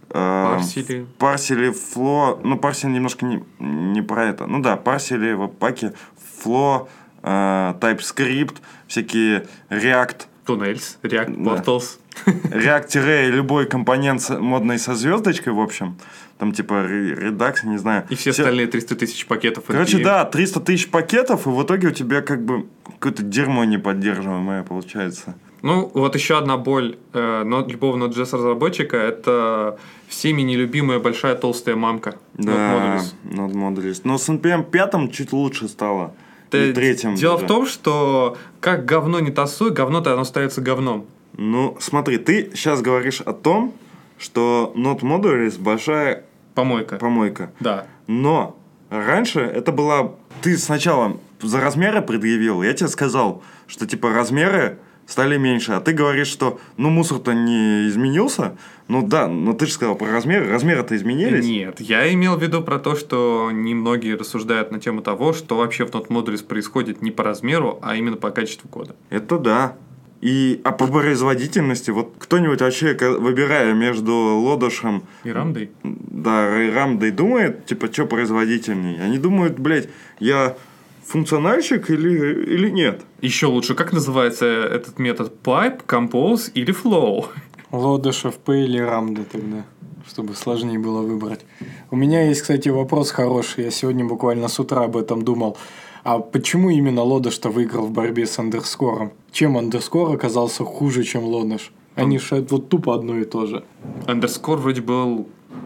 парсили, фло. Ну, парсили немножко не про это. Ну да, парсили, веб-паки, фло, TypeScript, всякие React. Tunnels, React Portals. React-любой компонент модный со звездочкой, в общем. Там типа Redux, не знаю. И все остальные 300 тысяч пакетов. Короче, да, 300 тысяч пакетов, и в итоге у тебя как бы какое-то дерьмо неподдерживаемое получается. Ну, вот еще одна боль любого Node.js разработчика — это всеми нелюбимая большая толстая мамка. Да, Node Modules. Но с NPM 5 чуть лучше стало. Дело в том, что как говно не тасуй, говно-то оно остается говном. Ну, смотри, ты сейчас говоришь о том, что Node Modules большая помойка. Да. Но раньше это была... Ты сначала за размеры предъявил, я тебе сказал, что типа размеры стали меньше, а ты говоришь, что мусор-то не изменился. Ну да, но ты же сказал про размеры. Размеры-то изменились? Нет, я имел в виду про то, что немногие рассуждают на тему того, что вообще в Node Modules происходит не по размеру, а именно по качеству кода. Это да. А по производительности, вот кто-нибудь вообще, выбирая между лодышем и рамдой, да, и рамдой, думает, типа, что производительней? Они думают, блядь, я функциональщик или нет? Еще лучше, как называется этот метод? Pipe, Compose или Flow? Лодыш, FP или рамда тогда, чтобы сложнее было выбрать. У меня есть, кстати, вопрос хороший. Я сегодня буквально с утра об этом думал. А почему именно Лодыш-то выиграл в борьбе с андерскором? Чем андерскор оказался хуже, чем Лодыш? Они же вот тупо одно и то же. Андерскор вроде был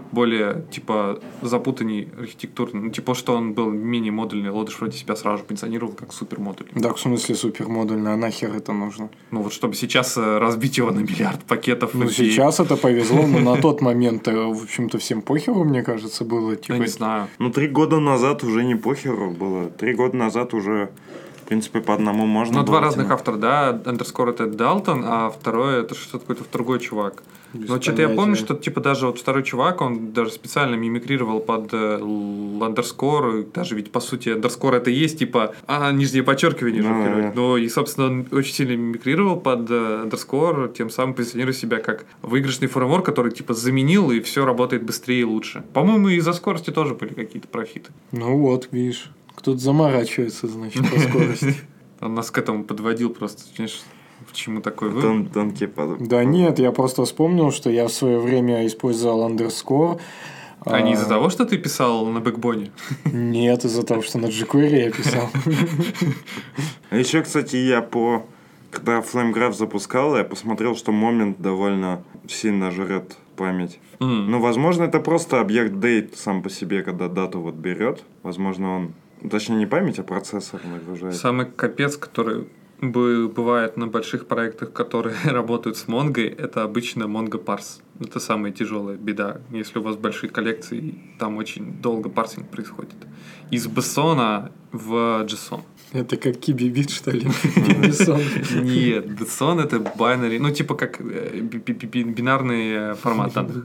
более, типа, запутанней архитектурно. Ну, типа, что он был менее модульный, Лодыш вроде себя сразу позиционировал как супермодульный. Да, в смысле супермодульный, а нахер это нужно? Ну, вот чтобы сейчас разбить его на миллиард пакетов. Ну, сейчас это повезло, но на тот момент, в общем-то, всем похеру, мне кажется, было. Типа... Я не знаю. Ну, 3 года назад уже не похеру было. 3 года назад уже... В принципе, по одному можно. Ну, два разных автора, да. Underscore это Далтон, а второй это что-то какой-то другой чувак. Но что-то я помню, что типа даже вот второй чувак, он даже специально мимикрировал под Underscore. Даже ведь по сути Underscore это и есть типа нижнее подчеркивание. Да. Ну и собственно он очень сильно мимикрировал под Underscore, тем самым позиционируя себя как выигрышный фреймворк, который типа заменил и все работает быстрее и лучше. По-моему, из-за скорости тоже были какие-то профиты. Ну вот, видишь. Кто-то заморачивается, значит, по скорости. Он нас к этому подводил просто, понимаешь, почему такой выбор? Да нет, я просто вспомнил, что я в свое время использовал Underscore. А не из-за того, что ты писал на бэкбоне? Нет, из-за того, что на jQuery я писал. А еще, кстати, когда FlameGraph запускал, я посмотрел, что момент довольно сильно жрет память. Ну, возможно, это просто объект date сам по себе, когда дату вот берет. Возможно, он... Точнее, не память, а процессор нагружает. Самый капец, который бывает на больших проектах, которые работают с Mongo, это обычно Mongo Parse. Это самая тяжелая беда. Если у вас большие коллекции, там очень долго парсинг происходит. Из JSON в JSON. Это как кибибит, что ли? JSON. Нет, JSON это binary, ну типа как бинарный формат данных.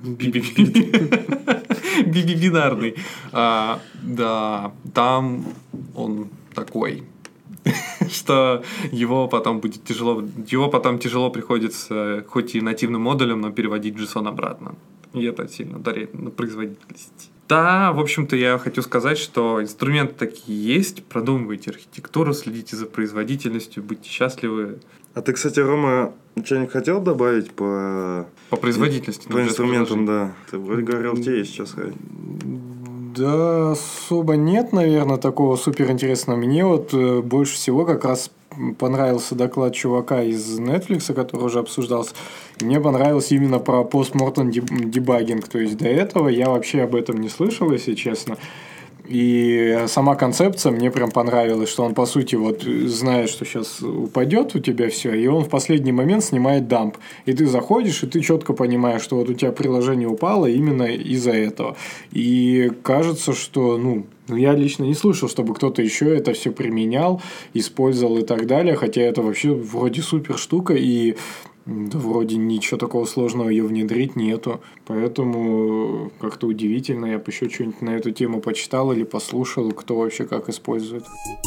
Бинарный. Да, там он такой, что его потом тяжело приходится хоть и нативным модулем, но переводить в JSON обратно. И это сильно ударяет на производительность. Да, в общем-то, я хочу сказать, что инструменты такие есть. Продумывайте архитектуру, следите за производительностью, будьте счастливы. А ты, кстати, Рома, что-нибудь хотел добавить по производительности? По инструментам, да. Ты вроде говорил, где есть сейчас. Да, особо нет, наверное, такого суперинтересного. Мне вот больше всего как раз понравился доклад чувака из Netflix, который уже обсуждался. И мне понравилось именно про постмортем дебагинг. То есть до этого я вообще об этом не слышал, если честно. И сама концепция мне прям понравилась, что он, по сути, вот знает, что сейчас упадет у тебя все, и он в последний момент снимает дамп. И ты заходишь, и ты четко понимаешь, что вот у тебя приложение упало именно из-за этого. И кажется, что, я лично не слышал, чтобы кто-то еще это все применял, использовал и так далее, хотя это вообще вроде супер штука, и да, вроде ничего такого сложного ее внедрить нету. Поэтому как-то удивительно. Я бы еще что-нибудь на эту тему почитал или послушал, кто вообще как использует.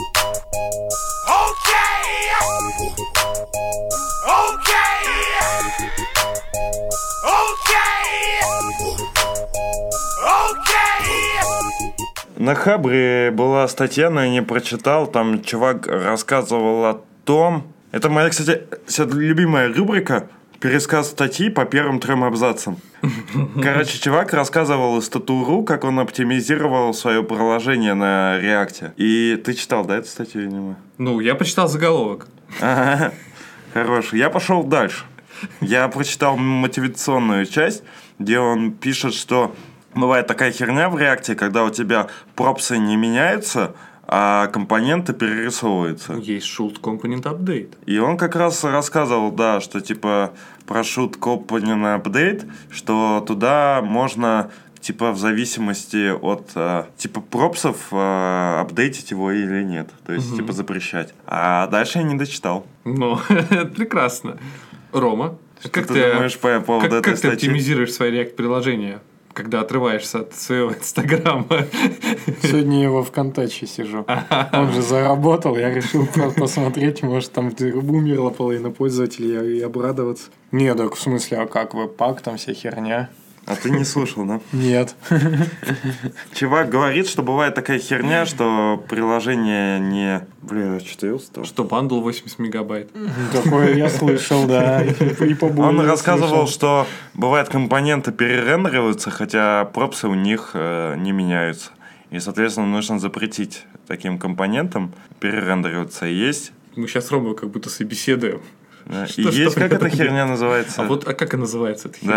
На Хабре была статья, но я не прочитал. Там чувак рассказывал о том... Это моя, кстати, любимая рубрика «Пересказ статьи по первым 3 абзацам». Короче, чувак рассказывал из Tattoo.ru, как он оптимизировал свое приложение на React. И ты читал, да, эту статью или не? Я почитал заголовок. Ага, хороший. Я пошел дальше. Я прочитал мотивационную часть, где он пишет, что бывает такая херня в React, когда у тебя пропсы не меняются, а компоненты перерисовываются. Есть should component update. И он как раз рассказывал, да, что типа про should component update, что туда можно типа в зависимости от типа пропсов апдейтить его или нет. То есть типа запрещать. А дальше я не дочитал. Прекрасно. Рома, как ты думаешь по поводу этой как ты статьи? оптимизируешь свои React-приложения, когда отрываешься от своего Инстаграма? Сегодня я во ВКонтачте сижу. Он же заработал, я решил посмотреть, может, там умерла половина пользователей и обрадоваться. Не, так в смысле, а как веб-пак, там вся херня. А ты не слушал, да? Нет. Чувак говорит, что бывает такая херня, что приложение не... Бля, что я устал. Что бандл 80 мегабайт. Такое я слышал, да. И побольше. Он рассказывал, что бывает компоненты перерендериваются, хотя пропсы у них не меняются. И, соответственно, нужно запретить таким компонентам перерендериваться. И есть... Мы сейчас, Рома, как будто собеседуем. Да. И есть, как эта херня называется? А как и называется эта херня?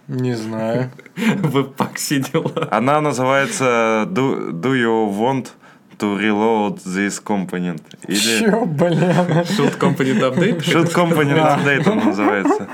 Не знаю. Веб-пак сидела. Она называется Do you want to reload this component? Или Чё, блин? Should Component Update? Should component update он называется.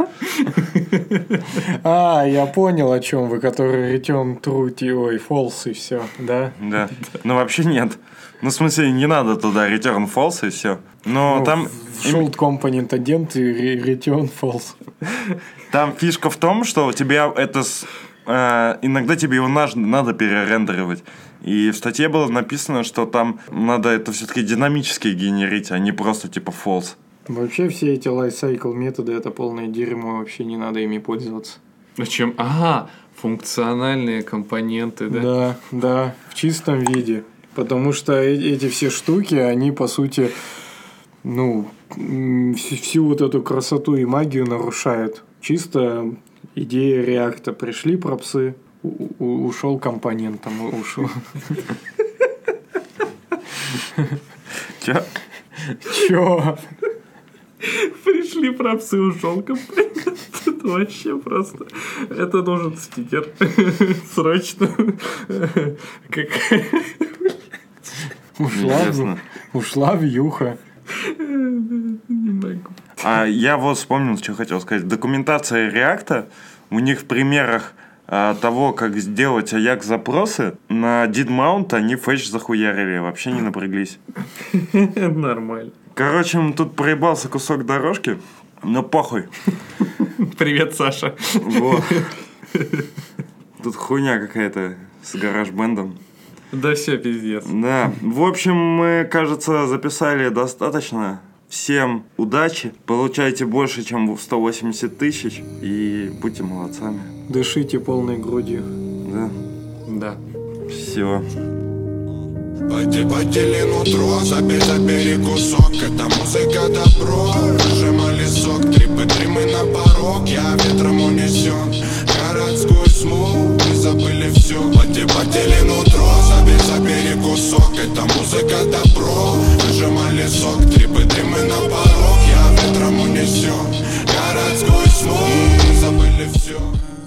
Я понял, о чем вы, который return true, ой, false и все, да? Да. Ну, вообще нет. Ну, в смысле, не надо туда return false и все. Но Ну, там... Should component agent и return false. Там фишка в том, что тебе это иногда тебе его надо перерендеривать. И в статье было написано, что там надо это все-таки динамически генерить, а не просто типа false. Вообще все эти lifecycle методы это полное дерьмо, вообще не надо ими пользоваться. Зачем? Ага, функциональные компоненты, да? Да, в чистом виде. Потому что эти все штуки, они по сути, ну, всю вот эту красоту и магию нарушают. Чисто идея реакта. Пришли пропсы, ушел компонентом, ушел. Чё? Чё? Пришли пропсы, ушел компонент. Это вообще просто... Это нужен стикер. Срочно. Какая... Ушла вьюха. Не могу. А я вот вспомнил, что хотел сказать. Документация React, у них в примерах того, как сделать Ajax-запросы, на did mount они фэтч захуярили, вообще не напряглись. Нормально. Короче, тут проебался кусок дорожки, но похуй. Привет, Саша. Вот. Тут хуйня какая-то с гараж-бендом. Да все, пиздец. Да. В общем, мы, кажется, записали достаточно. Всем удачи. Получайте больше, чем 180 тысяч. И будьте молодцами. Дышите полной грудью. Да. Да. Все. Подели нутро, забери кусок. Это музыка добро. Нажимали сок, трипы на порог. Я ветром унесен городскую смогу. Мы забыли все. Подели нутро, забери кусок. Это музыка добро. Нажимали сок, трипы на порог. Я ветром унесен городскую смогу. Мы забыли все.